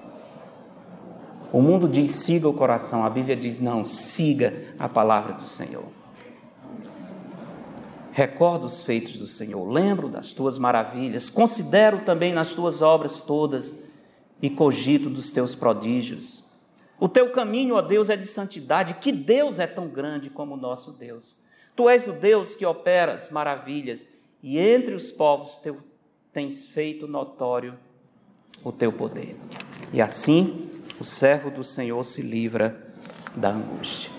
[SPEAKER 1] O mundo diz siga o coração, a Bíblia diz não, siga a palavra do Senhor. Recordo os feitos do Senhor, lembro das tuas maravilhas, considero também nas tuas obras todas e cogito dos teus prodígios. O teu caminho, ó Deus, é de santidade. Que Deus é tão grande como o nosso Deus? Tu és o Deus que operas maravilhas e entre os povos teu, tens feito notório o teu poder. E assim o servo do Senhor se livra da angústia.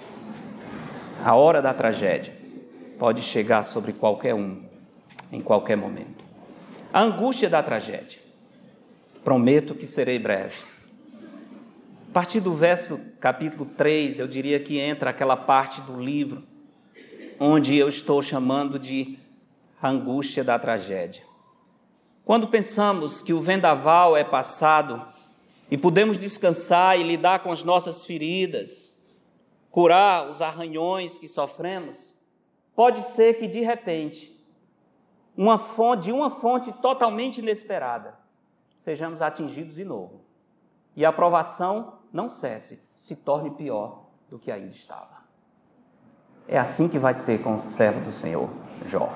[SPEAKER 1] A hora da tragédia pode chegar sobre qualquer um, em qualquer momento. A angústia da tragédia. Prometo que serei breve. A partir do verso capítulo três, eu diria que entra aquela parte do livro onde eu estou chamando de angústia da tragédia. Quando pensamos que o vendaval é passado e podemos descansar e lidar com as nossas feridas, curar os arranhões que sofremos, pode ser que, de repente, uma fonte, de uma fonte totalmente inesperada, sejamos atingidos de novo. E a provação não cesse, se torne pior do que ainda estava. É assim que vai ser com o servo do Senhor, Jó.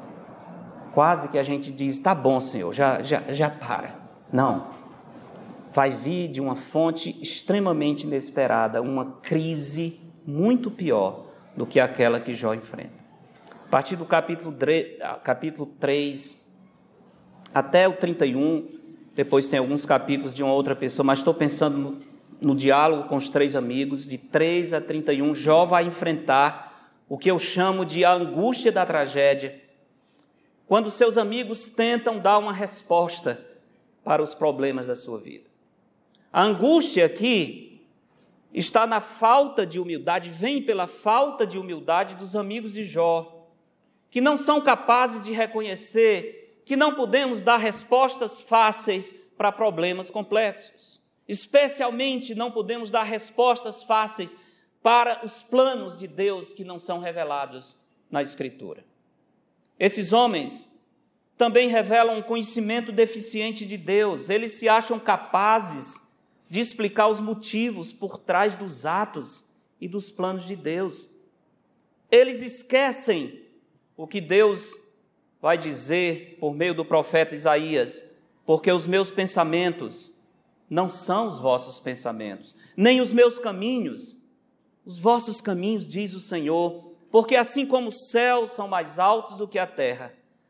[SPEAKER 1] Quase que a gente diz, tá bom, Senhor, já, já, já para. Não. Vai vir de uma fonte extremamente inesperada, uma crise muito pior do que aquela que Jó enfrenta. A partir do capítulo, capítulo três até o trinta e um, depois tem alguns capítulos de uma outra pessoa, mas estou pensando no, no diálogo com os três amigos, de três a trinta e um, Jó vai enfrentar o que eu chamo de a angústia da tragédia, quando seus amigos tentam dar uma resposta para os problemas da sua vida. A angústia aqui está na falta de humildade, vem pela falta de humildade dos amigos de Jó, que não são capazes de reconhecer que não podemos dar respostas fáceis para problemas complexos. Especialmente não podemos dar respostas fáceis para os planos de Deus que não são revelados na Escritura. Esses homens também revelam um conhecimento deficiente de Deus. Eles se acham capazes de explicar os motivos por trás dos atos e dos planos de Deus. Eles esquecem o que Deus vai dizer por meio do profeta Isaías, porque os meus pensamentos não são os vossos pensamentos, nem os meus caminhos, os vossos caminhos, diz o Senhor, porque assim como os céus são mais altos do que a terra,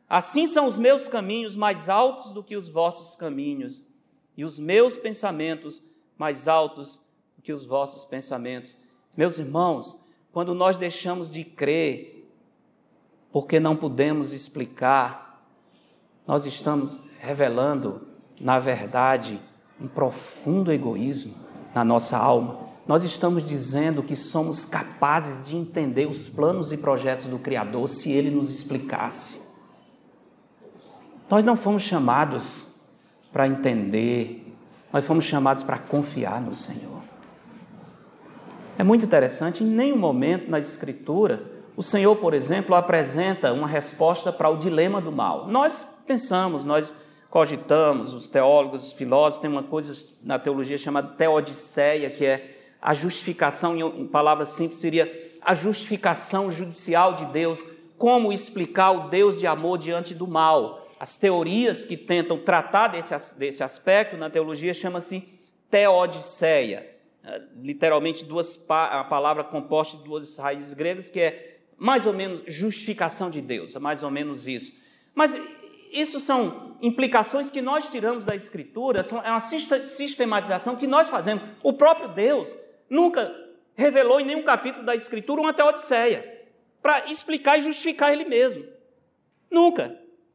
[SPEAKER 1] Assim são os meus caminhos mais altos do que os vossos caminhos, e os meus pensamentos mais altos do que os vossos pensamentos. Meus irmãos, quando nós deixamos de crer, porque não podemos explicar, nós estamos revelando, na verdade, um profundo egoísmo na nossa alma. Nós estamos dizendo que somos capazes de entender os planos e projetos do Criador se Ele nos explicasse. Nós não fomos chamados para entender, nós fomos chamados para confiar no Senhor. É muito interessante, em nenhum momento na Escritura, o Senhor, por exemplo, apresenta uma resposta para o dilema do mal. Nós pensamos, nós cogitamos, os teólogos, os filósofos, tem uma coisa na teologia chamada teodiceia, que é a justificação, em palavras simples, seria a justificação judicial de Deus, como explicar o Deus de amor diante do mal. As teorias que tentam tratar desse, desse aspecto na teologia chama-se teodiceia, literalmente duas, a palavra composta de duas raízes gregas, que é mais ou menos justificação de Deus, é mais ou menos isso. Mas isso são implicações que nós tiramos da Escritura, é uma sistematização que nós fazemos. O próprio Deus nunca revelou em nenhum capítulo da Escritura uma teodiceia para explicar e justificar Ele mesmo. Nunca.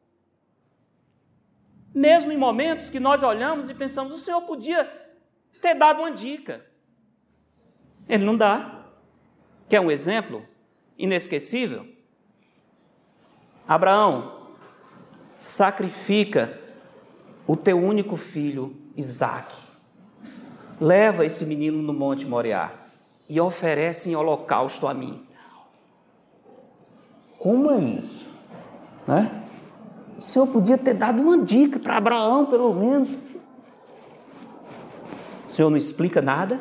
[SPEAKER 1] Mesmo em momentos que nós olhamos e pensamos, o Senhor podia ter dado uma dica. Ele não dá. Quer um exemplo inesquecível? Abraão, sacrifica o teu único filho, Isaque. Leva esse menino no Monte Moriá e oferece em holocausto a mim. Como é isso? Né? O Senhor podia ter dado uma dica para Abraão, pelo menos. O Senhor não explica nada.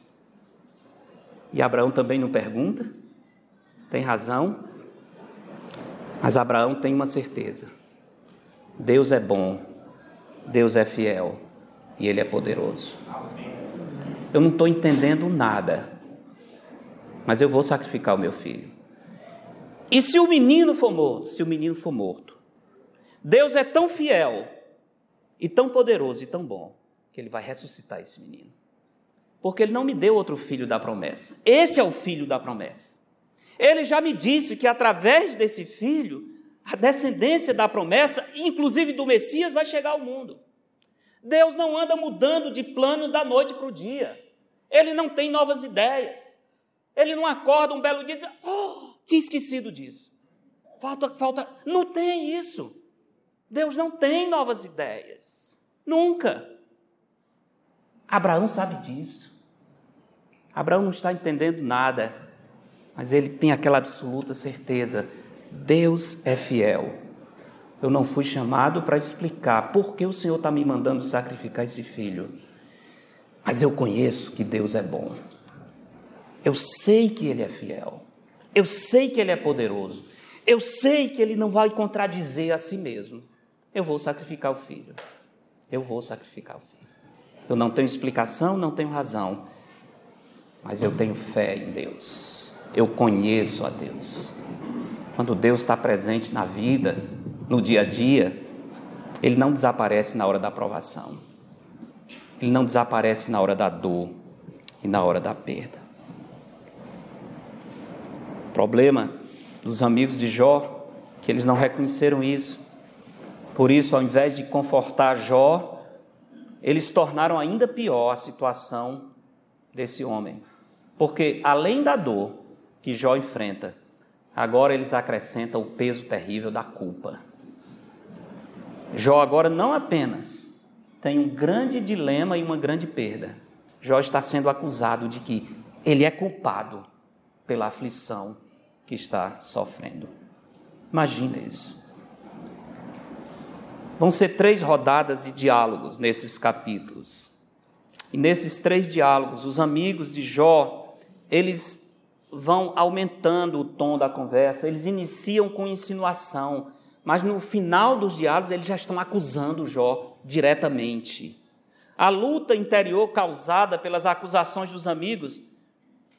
[SPEAKER 1] E Abraão também não pergunta. Tem razão. Mas Abraão tem uma certeza. Deus é bom. Deus é fiel. E Ele é poderoso. Eu não estou entendendo nada. Mas eu vou sacrificar o meu filho. E se o menino for morto? Se o menino for morto. Deus é tão fiel, e tão poderoso e tão bom, que Ele vai ressuscitar esse menino. Porque Ele não me deu outro filho da promessa. Esse é o filho da promessa. Ele já me disse que através desse filho, a descendência da promessa, inclusive do Messias, vai chegar ao mundo. Deus não anda mudando de planos da noite para o dia. Ele não tem novas ideias. Ele não acorda um belo dia e diz, oh, tinha esquecido disso. Falta, falta, não tem isso. Deus não tem novas ideias. Nunca. Abraão sabe disso. Abraão não está entendendo nada, mas ele tem aquela absoluta certeza. Deus é fiel. Eu não fui chamado para explicar por que o Senhor está me mandando sacrificar esse filho. Mas eu conheço que Deus é bom. Eu sei que Ele é fiel. Eu sei que Ele é poderoso. Eu sei que Ele não vai contradizer a si mesmo. Eu vou sacrificar o filho. Eu vou sacrificar o filho. Eu não tenho explicação, não tenho razão. Mas eu tenho fé em Deus. Eu conheço a Deus. Quando Deus está presente na vida, no dia a dia, Ele não desaparece na hora da provação. Ele não desaparece na hora da dor e na hora da perda. O problema dos amigos de Jó, que eles não reconheceram isso. Por isso, ao invés de confortar Jó, eles tornaram ainda pior a situação desse homem. Porque, além da dor que Jó enfrenta, agora eles acrescentam o peso terrível da culpa. Jó agora não apenas tem um grande dilema e uma grande perda. Jó está sendo acusado de que ele é culpado pela aflição que está sofrendo. Imagina isso. Vão ser três rodadas de diálogos nesses capítulos. E nesses três diálogos, os amigos de Jó, eles vão aumentando o tom da conversa, eles iniciam com insinuação, mas no final dos diálogos eles já estão acusando Jó diretamente. A luta interior causada pelas acusações dos amigos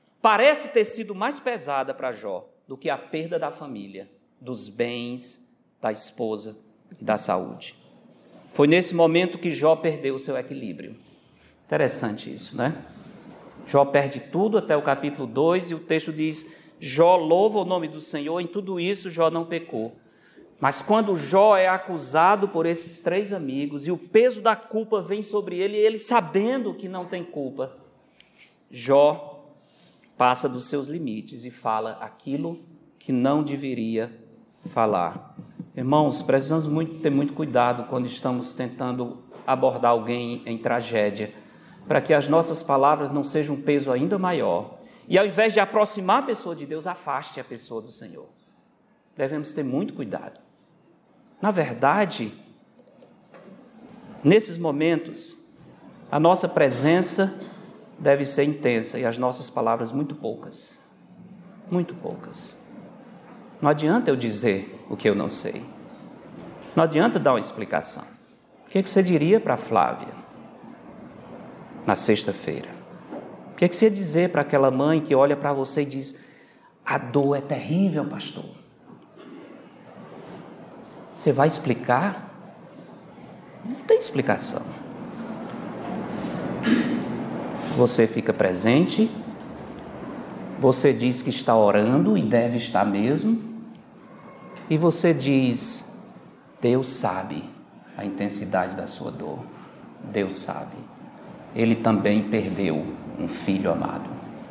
[SPEAKER 1] parece ter sido mais pesada para Jó do que a perda da família, dos bens da esposa e da saúde. Foi nesse momento que Jó perdeu o seu equilíbrio. Interessante isso, né? Jó perde tudo até o capítulo dois, e o texto diz: Jó louva o nome do Senhor, em tudo isso Jó não pecou. Mas quando Jó é acusado por esses três amigos, e o peso da culpa vem sobre ele, e ele sabendo que não tem culpa, Jó passa dos seus limites e fala aquilo que não deveria falar. Irmãos, precisamos muito, ter muito cuidado quando estamos tentando abordar alguém em tragédia, para que as nossas palavras não sejam um peso ainda maior. E ao invés de aproximar a pessoa de Deus, afaste a pessoa do Senhor. Devemos ter muito cuidado. Na verdade, nesses momentos, a nossa presença deve ser intensa e as nossas palavras muito poucas. Muito poucas. Não adianta eu dizer o que eu não sei. Não adianta dar uma explicação. O que, é que você diria para a Flávia na sexta-feira? O que, é que você ia dizer para aquela mãe que olha para você e diz: a dor é terrível, pastor? Você vai explicar? Não tem explicação. Você fica presente, você diz que está orando e deve estar mesmo, e você diz: Deus sabe a intensidade da sua dor. Deus sabe. Ele também perdeu um filho amado.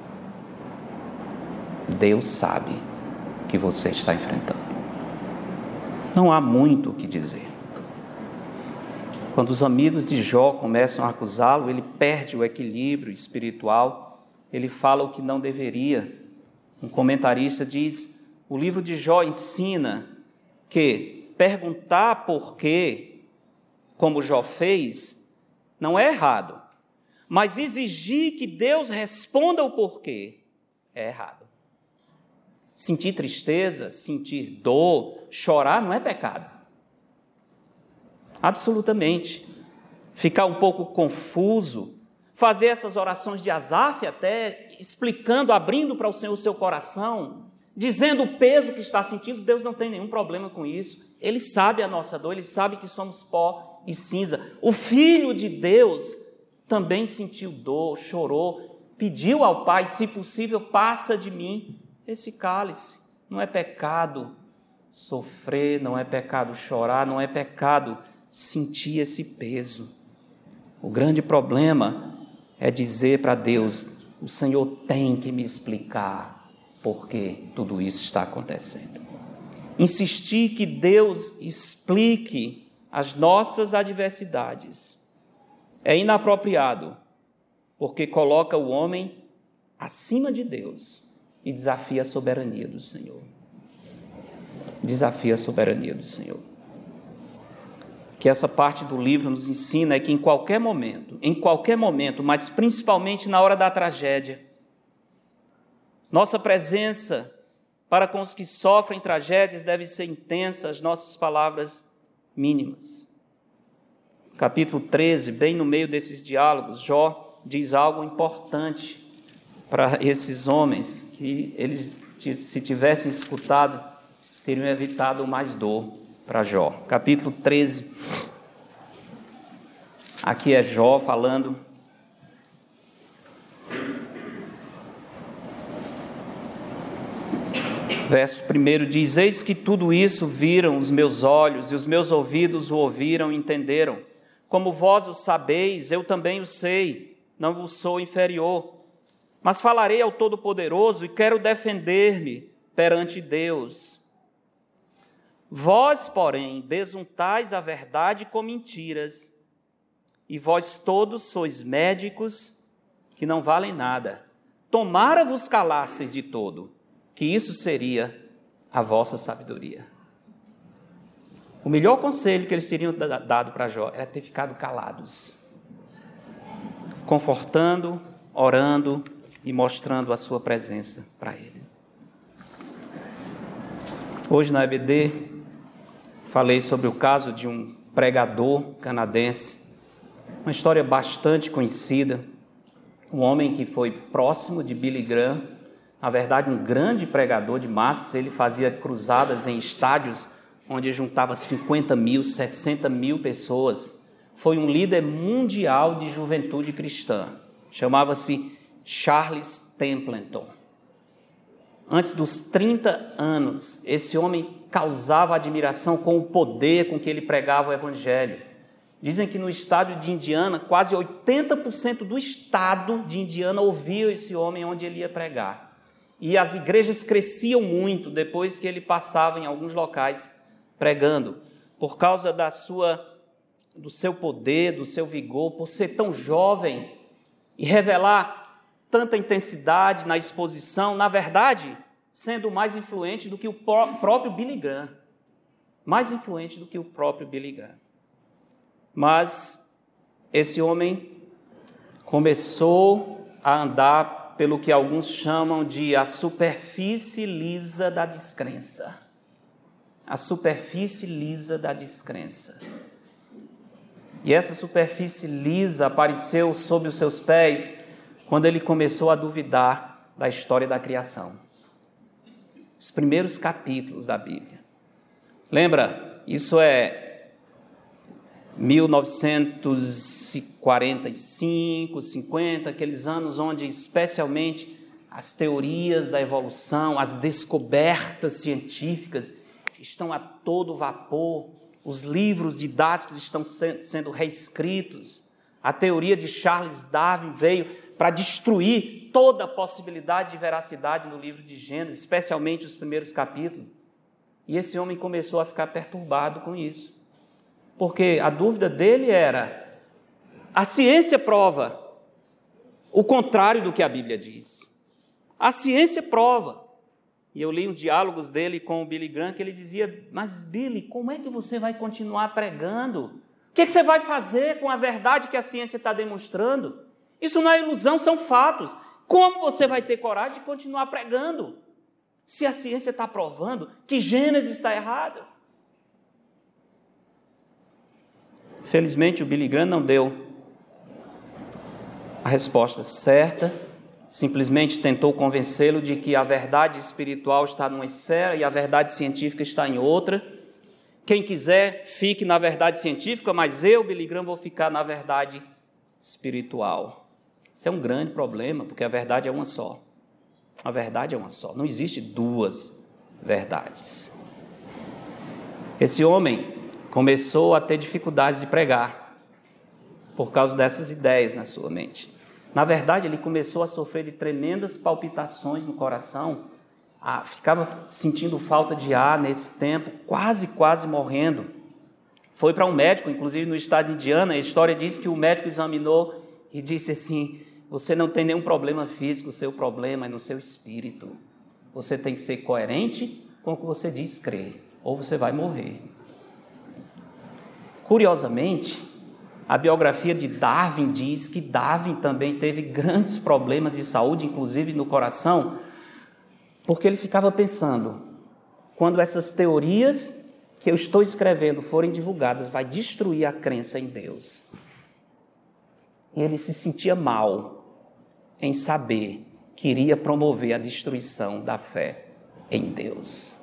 [SPEAKER 1] Deus sabe que você está enfrentando. Não há muito o que dizer. Quando os amigos de Jó começam a acusá-lo, ele perde o equilíbrio espiritual, ele fala o que não deveria. Um comentarista diz: o livro de Jó ensina que perguntar por quê, como Jó fez, não é errado, mas exigir que Deus responda o porquê é errado. Sentir tristeza, sentir dor, chorar não é pecado. Absolutamente. Ficar um pouco confuso, fazer essas orações de Asaf até, explicando, abrindo para o Senhor o seu coração, dizendo o peso que está sentindo, Deus não tem nenhum problema com isso. Ele sabe a nossa dor, Ele sabe que somos pó e cinza. O Filho de Deus também sentiu dor, chorou, pediu ao Pai: se possível, passa de mim esse cálice. Não é pecado sofrer, não é pecado chorar, não é pecado sentir esse peso. O grande problema é dizer para Deus: o Senhor tem que me explicar por que tudo isso está acontecendo. Insistir que Deus explique as nossas adversidades é inapropriado, porque coloca o homem acima de Deus e desafia a soberania do Senhor. Desafia a soberania do Senhor. O que essa parte do livro nos ensina é que em qualquer momento, em qualquer momento, mas principalmente na hora da tragédia, nossa presença para com os que sofrem tragédias deve ser intensa, as nossas palavras mínimas. Capítulo treze, bem no meio desses diálogos, Jó diz algo importante para esses homens, que eles, se tivessem escutado, teriam evitado mais dor para Jó. Capítulo treze, aqui é Jó falando. Verso primeiro diz: eis que tudo isso viram os meus olhos, e os meus ouvidos o ouviram e entenderam. Como vós o sabeis, eu também o sei, não vos sou inferior. Mas falarei ao Todo-Poderoso e quero defender-me perante Deus. Vós, porém, besuntais a verdade com mentiras, e vós todos sois médicos que não valem nada. Tomara vos calasseis de todo, que isso seria a vossa sabedoria. O melhor conselho que eles teriam dado para Jó era ter ficado calados, confortando, orando e mostrando a sua presença para ele. Hoje na E B D, falei sobre o caso de um pregador canadense, uma história bastante conhecida, um homem que foi próximo de Billy Graham, na verdade um grande pregador de massas. Ele fazia cruzadas em estádios onde juntava cinquenta mil, sessenta mil pessoas. Foi um líder mundial de juventude cristã. Chamava-se Charles Templeton. Antes dos trinta anos, esse homem causava admiração com o poder com que ele pregava o evangelho. Dizem que no estado de Indiana, quase oitenta por cento do estado de Indiana ouvia esse homem onde ele ia pregar. E as igrejas cresciam muito depois que ele passava em alguns locais pregando, por causa da sua, do seu poder, do seu vigor, por ser tão jovem e revelar tanta intensidade na exposição, na verdade, sendo mais influente do que o próprio Billy Graham. Mais influente do que o próprio Billy Graham. Mas esse homem começou a andar pelo que alguns chamam de a superfície lisa da descrença. A superfície lisa da descrença. E essa superfície lisa apareceu sob os seus pés quando ele começou a duvidar da história da criação. Os primeiros capítulos da Bíblia. Lembra? Isso é mil novecentos e quarenta e cinco, cinquenta, aqueles anos onde especialmente as teorias da evolução, as descobertas científicas estão a todo vapor, os livros didáticos estão sendo reescritos. A teoria de Charles Darwin veio para destruir toda a possibilidade de veracidade no livro de Gênesis, especialmente os primeiros capítulos. E esse homem começou a ficar perturbado com isso. Porque a dúvida dele era, a ciência prova o contrário do que a Bíblia diz. A ciência prova. E eu li um diálogos dele com o Billy Graham, que ele dizia, mas Billy, como é que você vai continuar pregando? O que, é que você vai fazer com a verdade que a ciência está demonstrando? Isso não é ilusão, são fatos. Como você vai ter coragem de continuar pregando? Se a ciência está provando que Gênesis está errado. Felizmente, o Billy Graham não deu a resposta certa, simplesmente tentou convencê-lo de que a verdade espiritual está numa esfera e a verdade científica está em outra. Quem quiser, fique na verdade científica, mas eu, Billy Graham, vou ficar na verdade espiritual. Isso é um grande problema, porque a verdade é uma só. A verdade é uma só, não existe duas verdades. Esse homem começou a ter dificuldades de pregar por causa dessas ideias na sua mente. Na verdade, ele começou a sofrer de tremendas palpitações no coração, ah, ficava sentindo falta de ar nesse tempo, quase, quase morrendo. Foi para um médico, inclusive no estado de Indiana, a história diz que o médico examinou e disse assim, você não tem nenhum problema físico, o seu problema é no seu espírito. Você tem que ser coerente com o que você diz crer, ou você vai morrer. Curiosamente, a biografia de Darwin diz que Darwin também teve grandes problemas de saúde, inclusive no coração, porque ele ficava pensando, quando essas teorias que eu estou escrevendo forem divulgadas, vai destruir a crença em Deus. E ele se sentia mal em saber que iria promover a destruição da fé em Deus.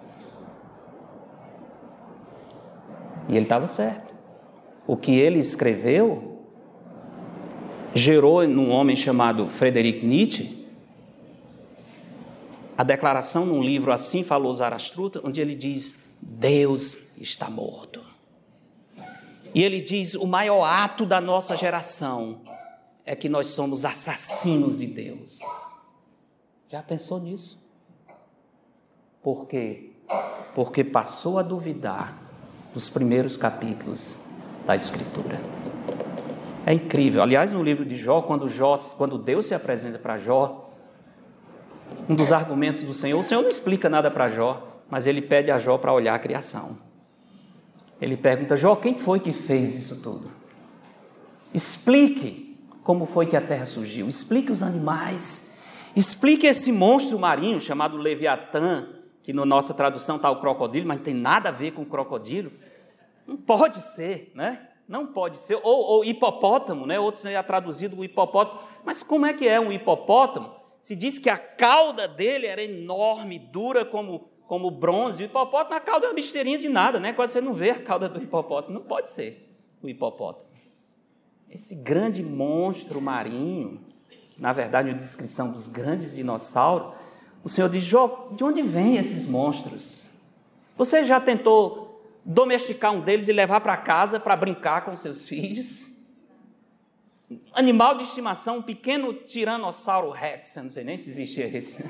[SPEAKER 1] E ele estava certo. O que ele escreveu gerou num homem chamado Friedrich Nietzsche a declaração num livro Assim Falou Zarastutra, onde ele diz, Deus está morto. E ele diz, o maior ato da nossa geração é que nós somos assassinos de Deus. Já pensou nisso? Por quê? Porque passou a duvidar dos primeiros capítulos da Escritura. É incrível. Aliás, no livro de Jó, quando, Jó, quando Deus se apresenta para Jó, um dos argumentos do Senhor, o Senhor não explica nada para Jó, mas ele pede a Jó para olhar a criação. Ele pergunta, Jó, quem foi que fez isso tudo? Explique como foi que a terra surgiu, explique os animais, explique esse monstro marinho chamado Leviatã, que na nossa tradução está o crocodilo, mas não tem nada a ver com o crocodilo. Não pode ser, né? Não pode ser. Ou, ou hipopótamo, né? Outros é traduzido como hipopótamo. Mas como é que é um hipopótamo? Se diz que a cauda dele era enorme, dura como como bronze. O hipopótamo, a cauda é uma besteirinha de nada, né? Quase você não vê a cauda do hipopótamo. Não pode ser o hipopótamo. Esse grande monstro marinho, na verdade, a descrição dos grandes dinossauros, o Senhor diz: Jó, de onde vêm esses monstros? Você já tentou domesticar um deles e levar para casa para brincar com seus filhos? Animal de estimação, um pequeno tiranossauro rex, eu não sei nem se existia esse.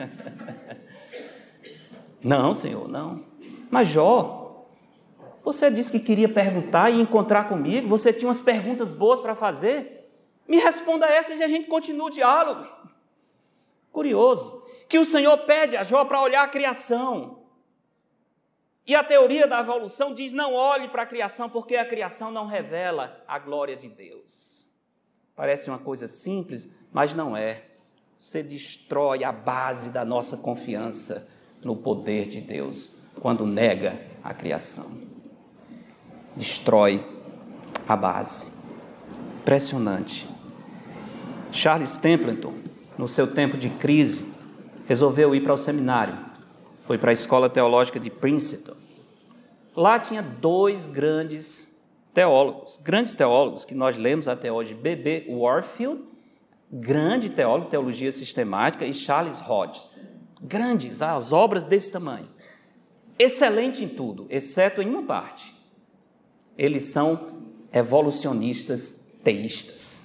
[SPEAKER 1] Não, Senhor, não. Mas Jó, você disse que queria perguntar e encontrar comigo, você tinha umas perguntas boas para fazer, me responda essas e a gente continua o diálogo. Curioso, que o Senhor pede a Jó para olhar a criação. E a teoria da evolução diz: não olhe para a criação, porque a criação não revela a glória de Deus. Parece uma coisa simples, mas não é. Você destrói a base da nossa confiança no poder de Deus quando nega a criação. Destrói a base. Impressionante. Charles Templeton, no seu tempo de crise, resolveu ir para o seminário. Foi para a Escola Teológica de Princeton. Lá tinha dois grandes teólogos, grandes teólogos que nós lemos até hoje, B B Warfield, grande teólogo, teologia sistemática, e Charles Hodges. Grandes, as obras desse tamanho. Excelente em tudo, exceto em uma parte. Eles são evolucionistas teístas.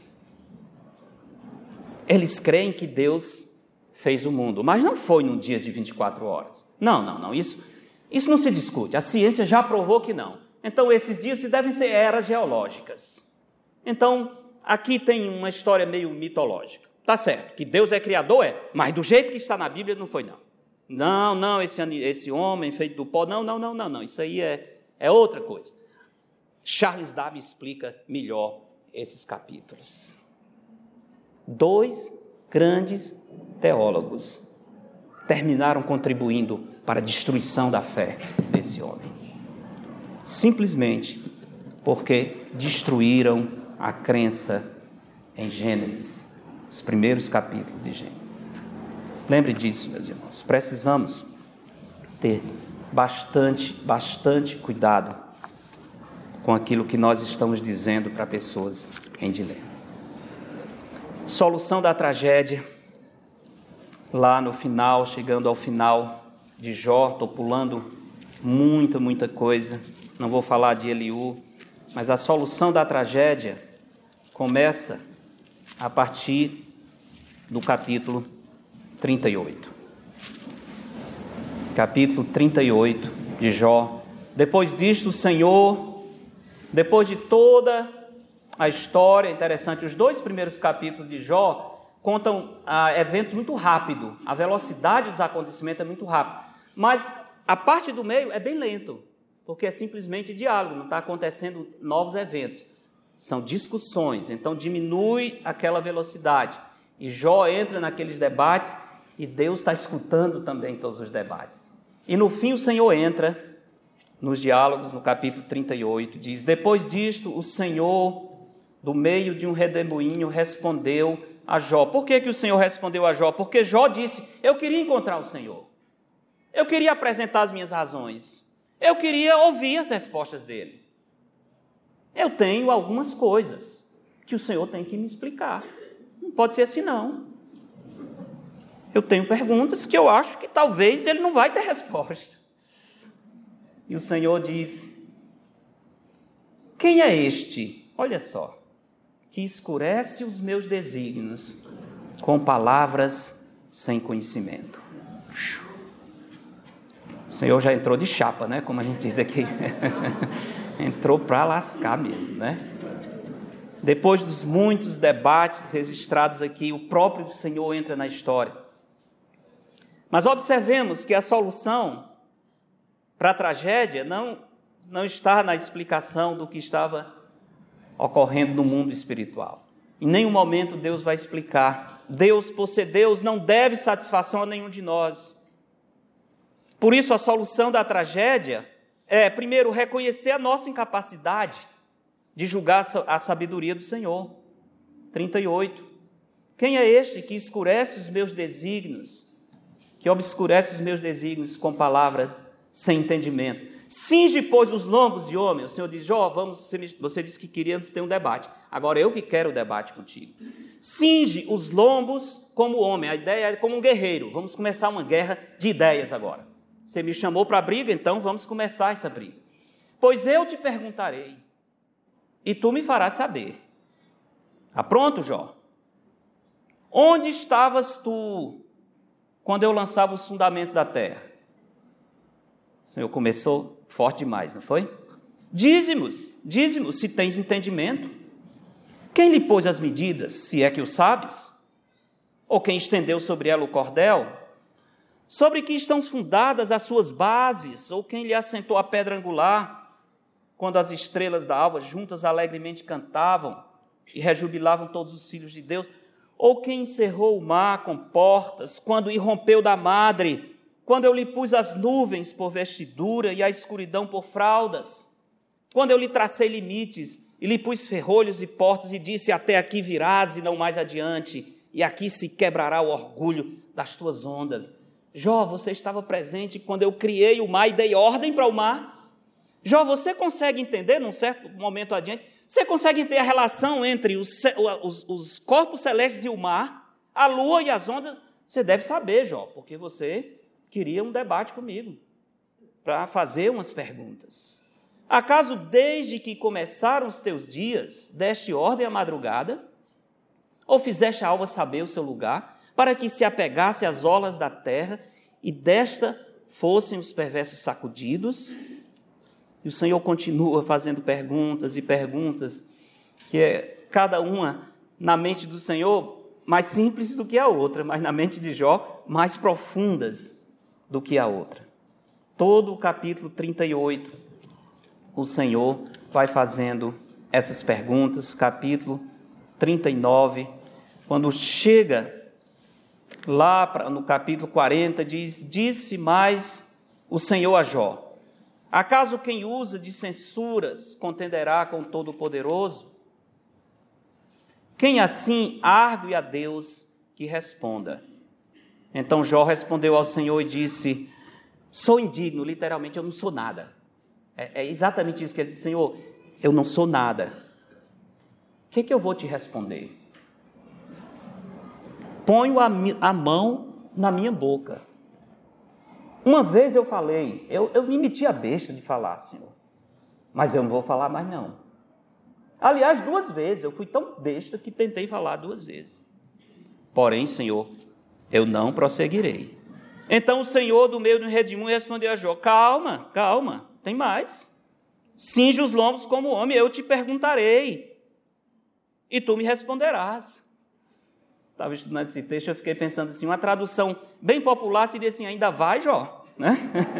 [SPEAKER 1] Eles creem que Deus fez o mundo, mas não foi num dia de vinte e quatro horas. Não, não, não, isso, isso não se discute. A ciência já provou que não. Então, esses dias devem ser eras geológicas. Então, aqui tem uma história meio mitológica. Tá certo, que Deus é criador, é, mas do jeito que está na Bíblia não foi, não. Não, não, esse, esse homem feito do pó, não, não, não, não, não. Isso aí é, é outra coisa. Charles Darwin explica melhor esses capítulos. Dois grandes teólogos terminaram contribuindo para a destruição da fé desse homem. Simplesmente porque destruíram a crença em Gênesis, os primeiros capítulos de Gênesis. Lembre disso, meus irmãos. Precisamos ter bastante, bastante cuidado com aquilo que nós estamos dizendo para pessoas em dilema. Solução da tragédia, lá no final, chegando ao final de Jó, estou pulando muita, muita coisa. Não vou falar de Eliú, mas a solução da tragédia começa a partir do capítulo trinta e oito. Capítulo trinta e oito de Jó. Depois disto, o Senhor, depois de toda a história, interessante, os dois primeiros capítulos de Jó contam ah, eventos muito rápido, a velocidade dos acontecimentos é muito rápida, mas a parte do meio é bem lento, porque é simplesmente diálogo, não está acontecendo novos eventos, são discussões, então diminui aquela velocidade, e Jó entra naqueles debates, e Deus está escutando também todos os debates. E no fim o Senhor entra nos diálogos, no capítulo trinta e oito, diz: depois disto o Senhor, do meio de um redemoinho, respondeu a Jó. Por que que o Senhor respondeu a Jó? Porque Jó disse: eu queria encontrar o Senhor, eu queria apresentar as minhas razões, eu queria ouvir as respostas dele. Eu tenho algumas coisas que o Senhor tem que me explicar. Não pode ser assim, não. Eu tenho perguntas que eu acho que talvez ele não vai ter resposta. E o Senhor diz: quem é este, olha só, que escurece os meus desígnios com palavras sem conhecimento? O Senhor já entrou de chapa, né? Como a gente diz aqui. Entrou para lascar mesmo, né? Depois dos muitos debates registrados aqui, o próprio Senhor entra na história. Mas observemos que a solução para a tragédia não, não está na explicação do que estava ocorrendo no mundo espiritual. Em nenhum momento Deus vai explicar. Deus, por ser Deus, não deve satisfação a nenhum de nós. Por isso, a solução da tragédia é, primeiro, reconhecer a nossa incapacidade de julgar a sabedoria do Senhor. trinta e oito. Quem é este que escurece os meus desígnios que obscurece os meus desígnios com palavras sem entendimento. Cinge, pois, os lombos de homem. O Senhor diz, Jó, vamos, você, me, você disse que queríamos ter um debate. Agora eu que quero o debate contigo. Cinge os lombos como homem. A ideia é como um guerreiro. Vamos começar uma guerra de ideias agora. Você me chamou para a briga, então vamos começar essa briga. Pois eu te perguntarei, e tu me farás saber. Está pronto, Jó? Onde estavas tu quando eu lançava os fundamentos da terra? O Senhor começou forte demais, não foi? Dízimos, dízimos, se tens entendimento. Quem lhe pôs as medidas, se é que o sabes? Ou quem estendeu sobre ela o cordel? Sobre que estão fundadas as suas bases? Ou quem lhe assentou a pedra angular? Quando as estrelas da alva juntas alegremente cantavam e rejubilavam todos os filhos de Deus? Ou quem encerrou o mar com portas, quando irrompeu da madre, quando eu lhe pus as nuvens por vestidura e a escuridão por fraldas? Quando eu lhe tracei limites e lhe pus ferrolhos e portas e disse, até aqui virás e não mais adiante, e aqui se quebrará o orgulho das tuas ondas. Jó, você estava presente quando eu criei o mar e dei ordem para o mar? Jó, você consegue entender, num certo momento adiante, você consegue entender a relação entre os, os, os corpos celestes e o mar, a lua e as ondas? Você deve saber, Jó, porque você queria um debate comigo, para fazer umas perguntas. Acaso, desde que começaram os teus dias, deste ordem à madrugada? Ou fizeste a alva saber o seu lugar, para que se apegasse às olas da terra, e desta fossem os perversos sacudidos? E o Senhor continua fazendo perguntas e perguntas, que é cada uma, na mente do Senhor, mais simples do que a outra, mas na mente de Jó, mais profundas do que a outra. Todo o capítulo trinta e oito, o Senhor vai fazendo essas perguntas. Capítulo trinta e nove, quando chega lá pra, no capítulo quarenta, diz, disse mais o Senhor a Jó, acaso quem usa de censuras contenderá com o Todo-Poderoso? Quem assim argue a Deus que responda? Então Jó respondeu ao Senhor e disse, sou indigno, literalmente eu não sou nada. É, é exatamente isso que ele disse, Senhor, eu não sou nada. O que, que eu vou te responder? Ponho a, a mão na minha boca. Uma vez eu falei, eu, eu me meti a besta de falar, Senhor, mas eu não vou falar mais não. Aliás, duas vezes, eu fui tão besta que tentei falar duas vezes. Porém, Senhor, eu não prosseguirei. Então o Senhor do meio do redemoinho respondeu a Jó, calma, calma, tem mais. Cinge os lombos como homem, eu te perguntarei, e tu me responderás. Estava estudando esse texto, eu fiquei pensando assim, uma tradução bem popular seria assim, ainda vai, Jó? Né?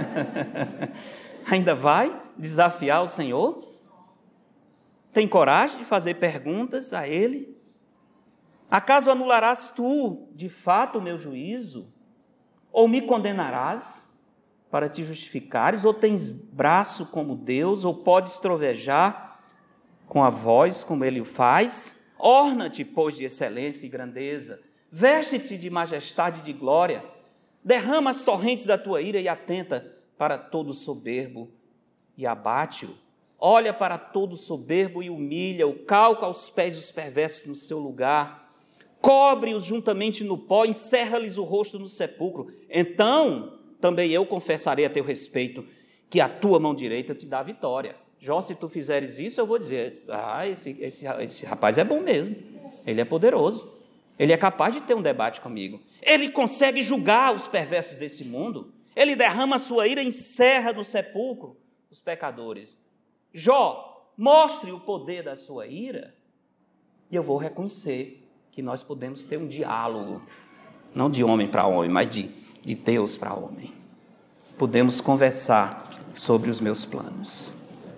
[SPEAKER 1] Ainda vai desafiar o Senhor? Tem coragem de fazer perguntas a Ele? Acaso anularás tu, de fato, o meu juízo? Ou me condenarás para te justificares? Ou tens braço como Deus? Ou podes trovejar com a voz como Ele o faz? Orna-te, pois, de excelência e grandeza. Veste-te de majestade e de glória. Derrama as torrentes da tua ira e atenta para todo soberbo e abate-o. Olha para todo soberbo e humilha-o. Calca aos pés os perversos no seu lugar. Cobre-os juntamente no pó, encerra-lhes o rosto no sepulcro. Então, também eu confessarei a teu respeito, que a tua mão direita te dá a vitória. Jó, se tu fizeres isso, eu vou dizer, ah, esse, esse, esse rapaz é bom mesmo. Ele é poderoso. Ele é capaz de ter um debate comigo. Ele consegue julgar os perversos desse mundo. Ele derrama a sua ira e encerra no sepulcro os pecadores. Jó, mostre o poder da sua ira, e eu vou reconhecer que nós podemos ter um diálogo, não de homem para homem, mas de, de Deus para homem. Podemos conversar sobre os meus planos.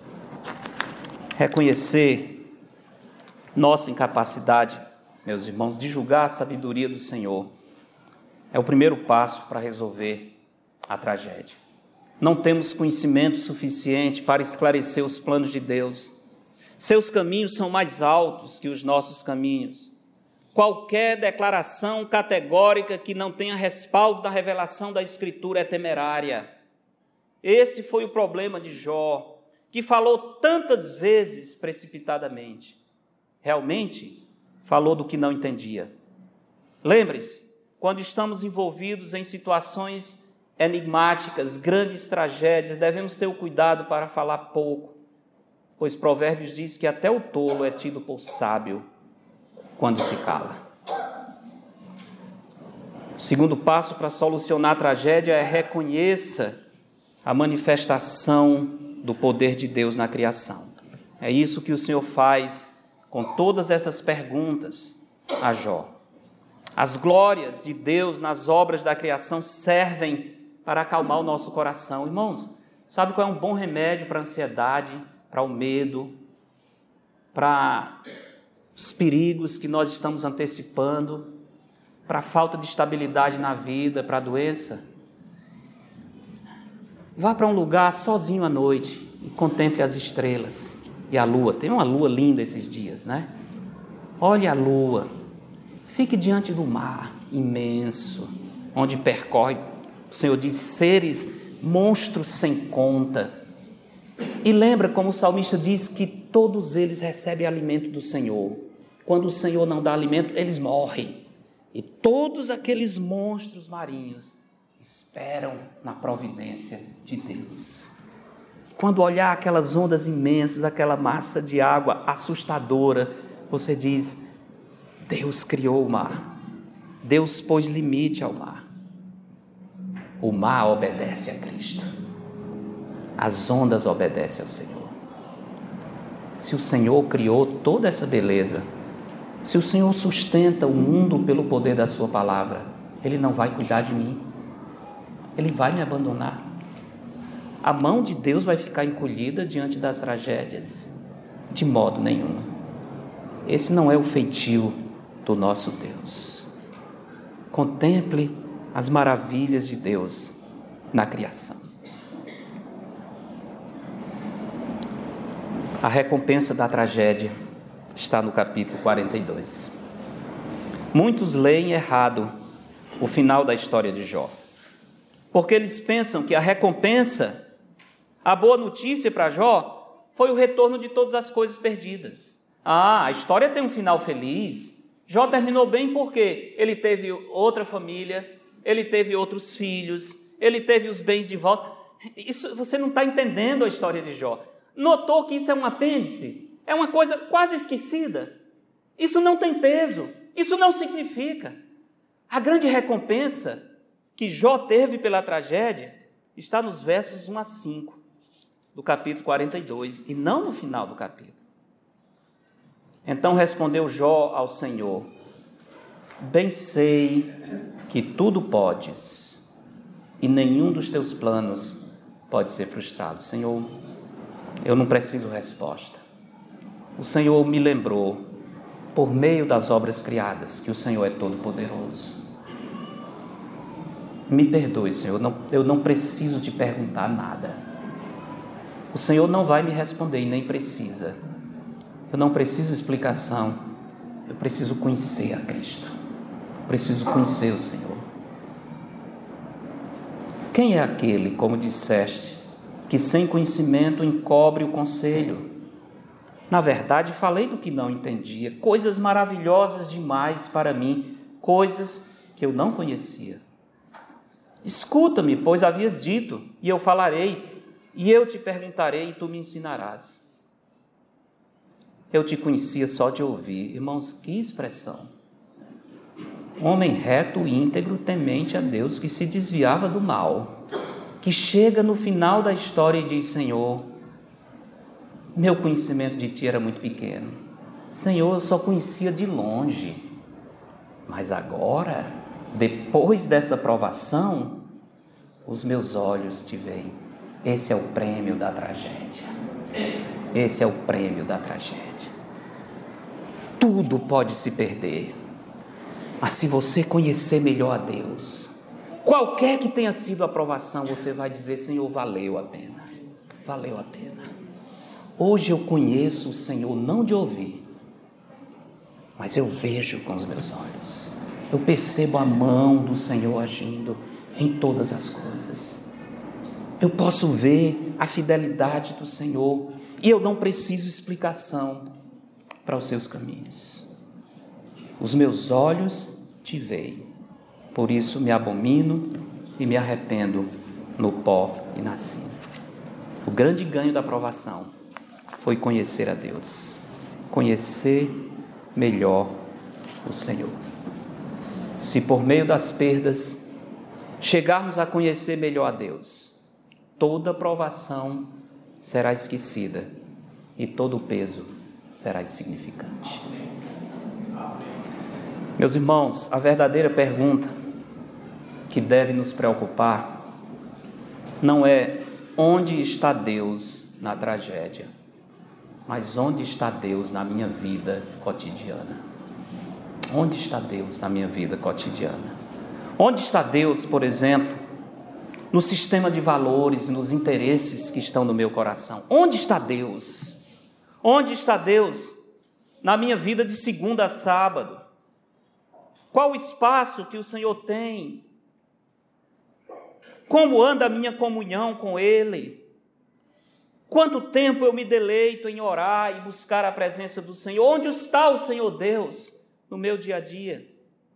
[SPEAKER 1] Reconhecer nossa incapacidade, meus irmãos, de julgar a sabedoria do Senhor, é o primeiro passo para resolver a tragédia. Não temos conhecimento suficiente para esclarecer os planos de Deus. Seus caminhos são mais altos que os nossos caminhos. Qualquer declaração categórica que não tenha respaldo da revelação da Escritura é temerária. Esse foi o problema de Jó, que falou tantas vezes precipitadamente. Realmente, falou do que não entendia. Lembre-se, quando estamos envolvidos em situações enigmáticas, grandes tragédias, devemos ter o cuidado para falar pouco, pois Provérbios diz que até o tolo é tido por sábio quando se cala. O segundo passo para solucionar a tragédia é reconheça a manifestação do poder de Deus na criação. É isso que o Senhor faz com todas essas perguntas a Jó. As glórias de Deus nas obras da criação servem para acalmar o nosso coração. Irmãos, sabe qual é um bom remédio para a ansiedade, para o medo, para os perigos que nós estamos antecipando, para a falta de estabilidade na vida, para a doença? Vá para um lugar sozinho à noite e contemple as estrelas e a lua. Tem uma lua linda esses dias, né? Olhe a lua. Fique diante do mar imenso, onde percorre, o Senhor diz, seres, monstros sem conta. E lembra como o salmista diz que todos eles recebem alimento do Senhor. Quando o Senhor não dá alimento, eles morrem. E todos aqueles monstros marinhos esperam na providência de Deus. Quando olhar aquelas ondas imensas, aquela massa de água assustadora, você diz, Deus criou o mar. Deus pôs limite ao mar. O mar obedece a Cristo. As ondas obedecem ao Senhor. Se o Senhor criou toda essa beleza, se o Senhor sustenta o mundo pelo poder da sua palavra, Ele não vai cuidar de mim. Ele vai me abandonar. A mão de Deus vai ficar encolhida diante das tragédias? De modo nenhum. Esse não é o feitio do nosso Deus. Contemple as maravilhas de Deus na criação. A recompensa da tragédia está no capítulo quarenta e dois. Muitos leem errado o final da história de Jó, porque eles pensam que a recompensa, a boa notícia para Jó, foi o retorno de todas as coisas perdidas. Ah, a história tem um final feliz. Jó terminou bem porque ele teve outra família, ele teve outros filhos, ele teve os bens de volta. Isso, você não está entendendo a história de Jó. Notou que isso é um apêndice? É uma coisa quase esquecida. Isso não tem peso, isso não significa. A grande recompensa que Jó teve pela tragédia está nos versos um a cinco do capítulo quarenta e dois, e não no final do capítulo. Então respondeu Jó ao Senhor, bem sei que tudo podes, e nenhum dos teus planos pode ser frustrado. Senhor, eu não preciso resposta. O Senhor me lembrou, por meio das obras criadas, que o Senhor é todo-poderoso. Me perdoe, Senhor, não, eu não preciso te perguntar nada. O Senhor não vai me responder e nem precisa. Eu não preciso explicação, eu preciso conhecer a Cristo. Eu preciso conhecer o Senhor. Quem é aquele, como disseste, que sem conhecimento encobre o conselho? Na verdade, falei do que não entendia, coisas maravilhosas demais para mim, coisas que eu não conhecia. Escuta-me, pois havias dito, e eu falarei, e eu te perguntarei, e tu me ensinarás. Eu te conhecia só de ouvir. Irmãos, que expressão! Homem reto e íntegro, temente a Deus, que se desviava do mal, que chega no final da história e diz, Senhor, meu conhecimento de ti era muito pequeno. Senhor, eu só conhecia de longe. Mas agora, depois dessa provação, os meus olhos te veem. Esse é o prêmio da tragédia. Esse é o prêmio da tragédia. Tudo pode se perder, mas se você conhecer melhor a Deus, qualquer que tenha sido a provação, você vai dizer, Senhor, valeu a pena. Valeu a pena. Hoje eu conheço o Senhor não de ouvir, mas eu vejo com os meus olhos. Eu percebo a mão do Senhor agindo em todas as coisas. Eu posso ver a fidelidade do Senhor e eu não preciso explicação para os seus caminhos. Os meus olhos te veem, por isso me abomino e me arrependo no pó e na cinza. O grande ganho da provação foi conhecer a Deus, conhecer melhor o Senhor. Se por meio das perdas chegarmos a conhecer melhor a Deus, toda provação será esquecida e todo peso será insignificante. Meus irmãos, a verdadeira pergunta que deve nos preocupar não é onde está Deus na tragédia, mas onde está Deus na minha vida cotidiana? Onde está Deus na minha vida cotidiana? Onde está Deus, por exemplo, no sistema de valores, nos interesses que estão no meu coração? Onde está Deus? Onde está Deus na minha vida de segunda a sábado? Qual o espaço que o Senhor tem? Como anda a minha comunhão com Ele? Quanto tempo eu me deleito em orar e buscar a presença do Senhor? Onde está o Senhor Deus no meu dia a dia?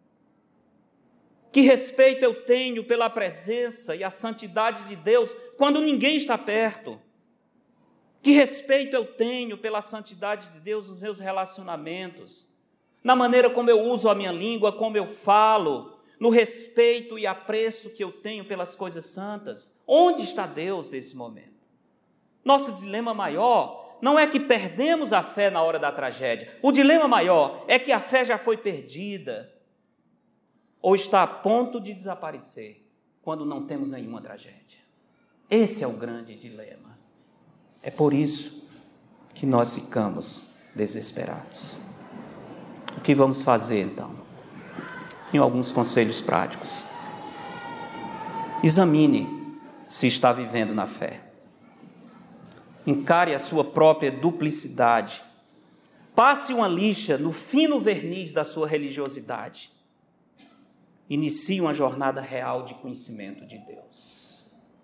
[SPEAKER 1] Que respeito eu tenho pela presença e a santidade de Deus quando ninguém está perto? Que respeito eu tenho pela santidade de Deus nos meus relacionamentos? Na maneira como eu uso a minha língua, como eu falo, no respeito e apreço que eu tenho pelas coisas santas? Onde está Deus nesse momento? Nosso dilema maior não é que perdemos a fé na hora da tragédia. O dilema maior é que a fé já foi perdida ou está a ponto de desaparecer quando não temos nenhuma tragédia. Esse é o grande dilema. É por isso que nós ficamos desesperados. O que vamos fazer então? Em alguns conselhos práticos. Examine se está vivendo na fé. Encare a sua própria duplicidade. Passe uma lixa no fino verniz da sua religiosidade. Inicie uma jornada real de conhecimento de Deus.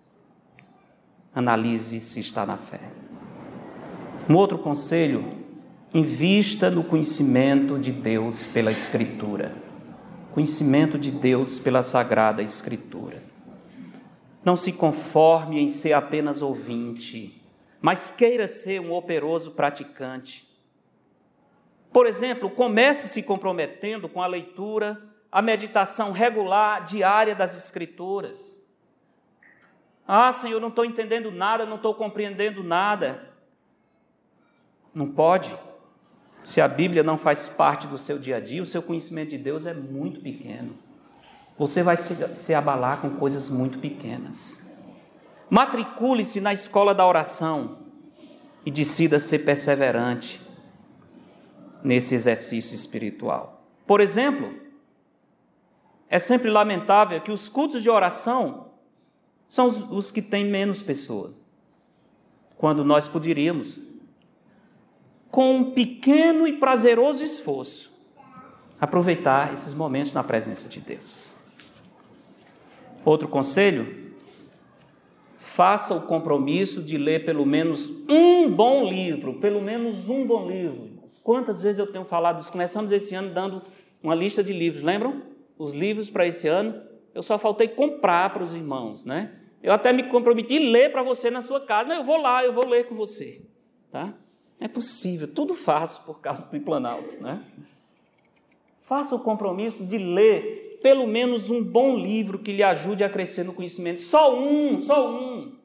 [SPEAKER 1] Analise se está na fé. Um outro conselho: invista no conhecimento de Deus pela Escritura. Conhecimento de Deus pela Sagrada Escritura. Não se conforme em ser apenas ouvinte, mas queira ser um operoso praticante. Por exemplo, comece se comprometendo com a leitura, a meditação regular, diária das Escrituras. Ah, Senhor, não estou entendendo nada, não estou compreendendo nada. Não pode. Se a Bíblia não faz parte do seu dia a dia, o seu conhecimento de Deus é muito pequeno. Você vai se, se abalar com coisas muito pequenas. Matricule-se na escola da oração e decida ser perseverante nesse exercício espiritual. Por exemplo, é sempre lamentável que os cultos de oração são os, os que têm menos pessoas, quando nós poderíamos, com um pequeno e prazeroso esforço, aproveitar esses momentos na presença de Deus. Outro conselho: faça o compromisso de ler pelo menos um bom livro, pelo menos um bom livro. Quantas vezes eu tenho falado isso? Começamos esse ano dando uma lista de livros, lembram? Os livros para esse ano, eu só faltei comprar para os irmãos, né? Eu até me comprometi a ler para você na sua casa. Não, eu vou lá, eu vou ler com você, tá? É possível, tudo faço por causa do Planalto, né? Faça o compromisso de ler pelo menos um bom livro que lhe ajude a crescer no conhecimento. Só um, só um.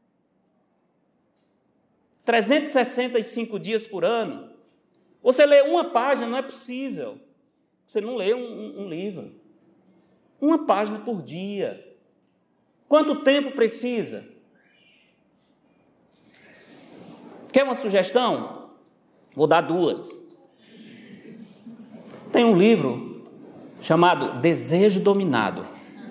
[SPEAKER 1] trezentos e sessenta e cinco dias por ano. Você lê uma página, não é possível. Você não lê um, um, um livro. Uma página por dia. Quanto tempo precisa? Quer uma sugestão? Vou dar duas. Tem um livro chamado Desejo Dominado.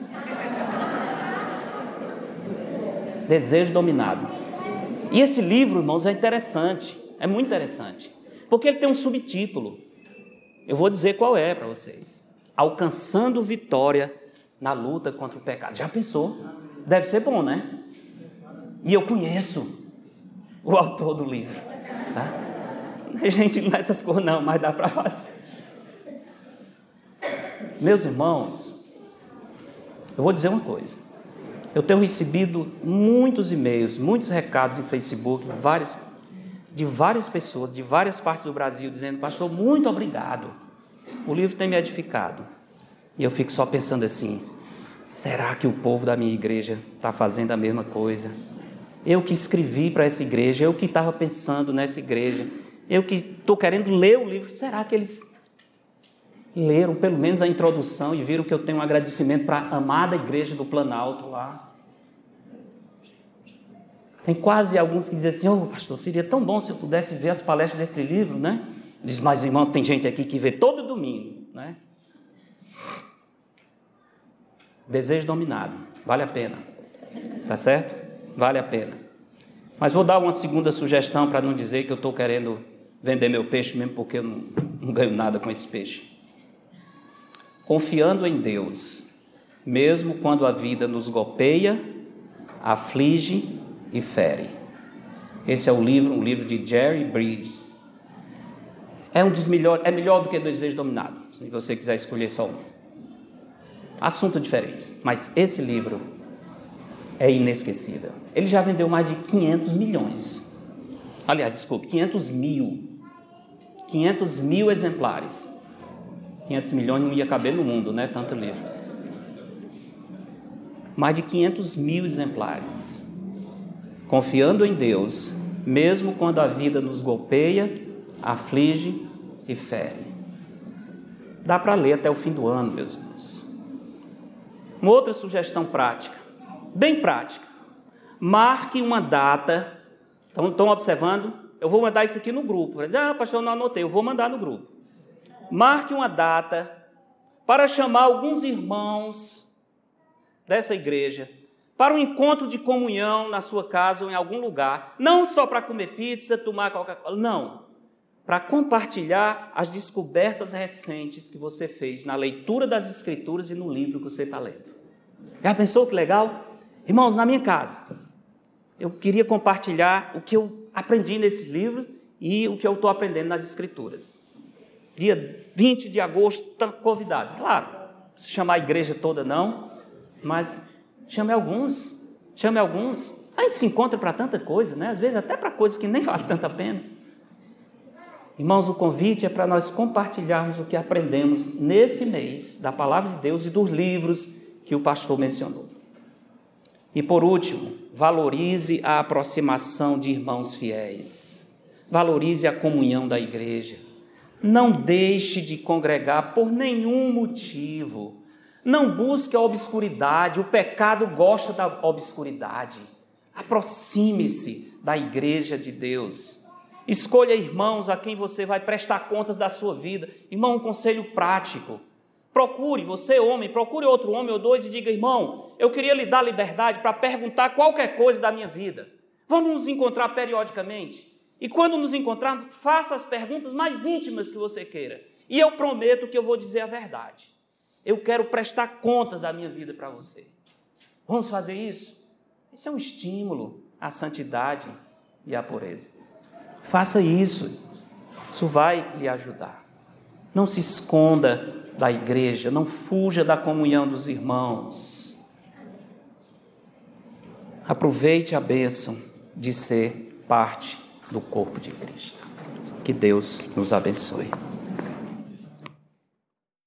[SPEAKER 1] Desejo Dominado. E esse livro, irmãos, é interessante. É muito interessante. Porque ele tem um subtítulo. Eu vou dizer qual é para vocês. Alcançando vitória na luta contra o pecado. Já pensou? Deve ser bom, né? E eu conheço o autor do livro. Tá? Não é gente nessas coisas não, mas dá para fazer. Meus irmãos, eu vou dizer uma coisa. Eu tenho recebido muitos e-mails, muitos recados no Facebook, vários, de várias pessoas, de várias partes do Brasil, dizendo: pastor, muito obrigado. O livro tem me edificado. E eu fico só pensando assim: será que o povo da minha igreja está fazendo a mesma coisa? Eu que escrevi para essa igreja, eu que estava pensando nessa igreja, eu que estou querendo ler o livro, será que eles leram pelo menos a introdução e viram que eu tenho um agradecimento para a amada igreja do Planalto lá? Tem quase alguns que dizem assim: ô, pastor, seria tão bom se eu pudesse ver as palestras desse livro, né? Diz: mas irmãos, tem gente aqui que vê todo domingo, né? Desejo dominado, vale a pena, tá certo? Vale a pena. Mas vou dar uma segunda sugestão para não dizer que eu estou querendo vender meu peixe mesmo, porque eu não, não ganho nada com esse peixe. Confiando em Deus, mesmo quando a vida nos golpeia, aflige e fere. Esse é o livro, um livro de Jerry Bridges. É um dos melhores, é melhor do que Desejo Dominado, se você quiser escolher só um. Assunto diferente, mas esse livro é inesquecível. Ele já vendeu mais de quinhentos milhões. Aliás, desculpe, quinhentos mil. quinhentos mil exemplares. quinhentos milhões não ia caber no mundo, né? Tanto livro. Mais de quinhentos mil exemplares. Confiando em Deus, mesmo quando a vida nos golpeia, aflige e fere. Dá para ler até o fim do ano, meus irmãos. Uma outra sugestão prática, bem prática. Marque uma data. Então, estão observando? Eu vou mandar isso aqui no grupo. Ah, pastor, eu não anotei. Eu vou mandar no grupo. Marque uma data para chamar alguns irmãos dessa igreja para um encontro de comunhão na sua casa ou em algum lugar. Não só para comer pizza, tomar Coca-Cola. Não. Para compartilhar as descobertas recentes que você fez na leitura das Escrituras e no livro que você está lendo. Já pensou que legal? Irmãos, na minha casa, eu queria compartilhar o que eu aprendi nesse livro e o que eu estou aprendendo nas Escrituras. Dia vinte de agosto, estão convidados. Claro, se chamar a igreja toda não, mas chame alguns, chame alguns. A gente se encontra para tanta coisa, né? Às vezes até para coisas que nem vale tanta pena. Irmãos, o convite é para nós compartilharmos o que aprendemos nesse mês da Palavra de Deus e dos livros que o pastor mencionou. E por último, valorize a aproximação de irmãos fiéis. Valorize a comunhão da igreja. Não deixe de congregar por nenhum motivo. Não busque a obscuridade. O pecado gosta da obscuridade. Aproxime-se da igreja de Deus. Escolha irmãos a quem você vai prestar contas da sua vida. Irmão, um conselho prático. Procure, você homem, procure outro homem ou dois e diga: irmão, eu queria lhe dar liberdade para perguntar qualquer coisa da minha vida. Vamos nos encontrar periodicamente. E quando nos encontrarmos, faça as perguntas mais íntimas que você queira. E eu prometo que eu vou dizer a verdade. Eu quero prestar contas da minha vida para você. Vamos fazer isso? Esse é um estímulo à santidade e à pureza. Faça isso. Isso vai lhe ajudar. Não se esconda da igreja, não fuja da comunhão dos irmãos. Aproveite a bênção de ser parte do corpo de Cristo. Que Deus nos abençoe.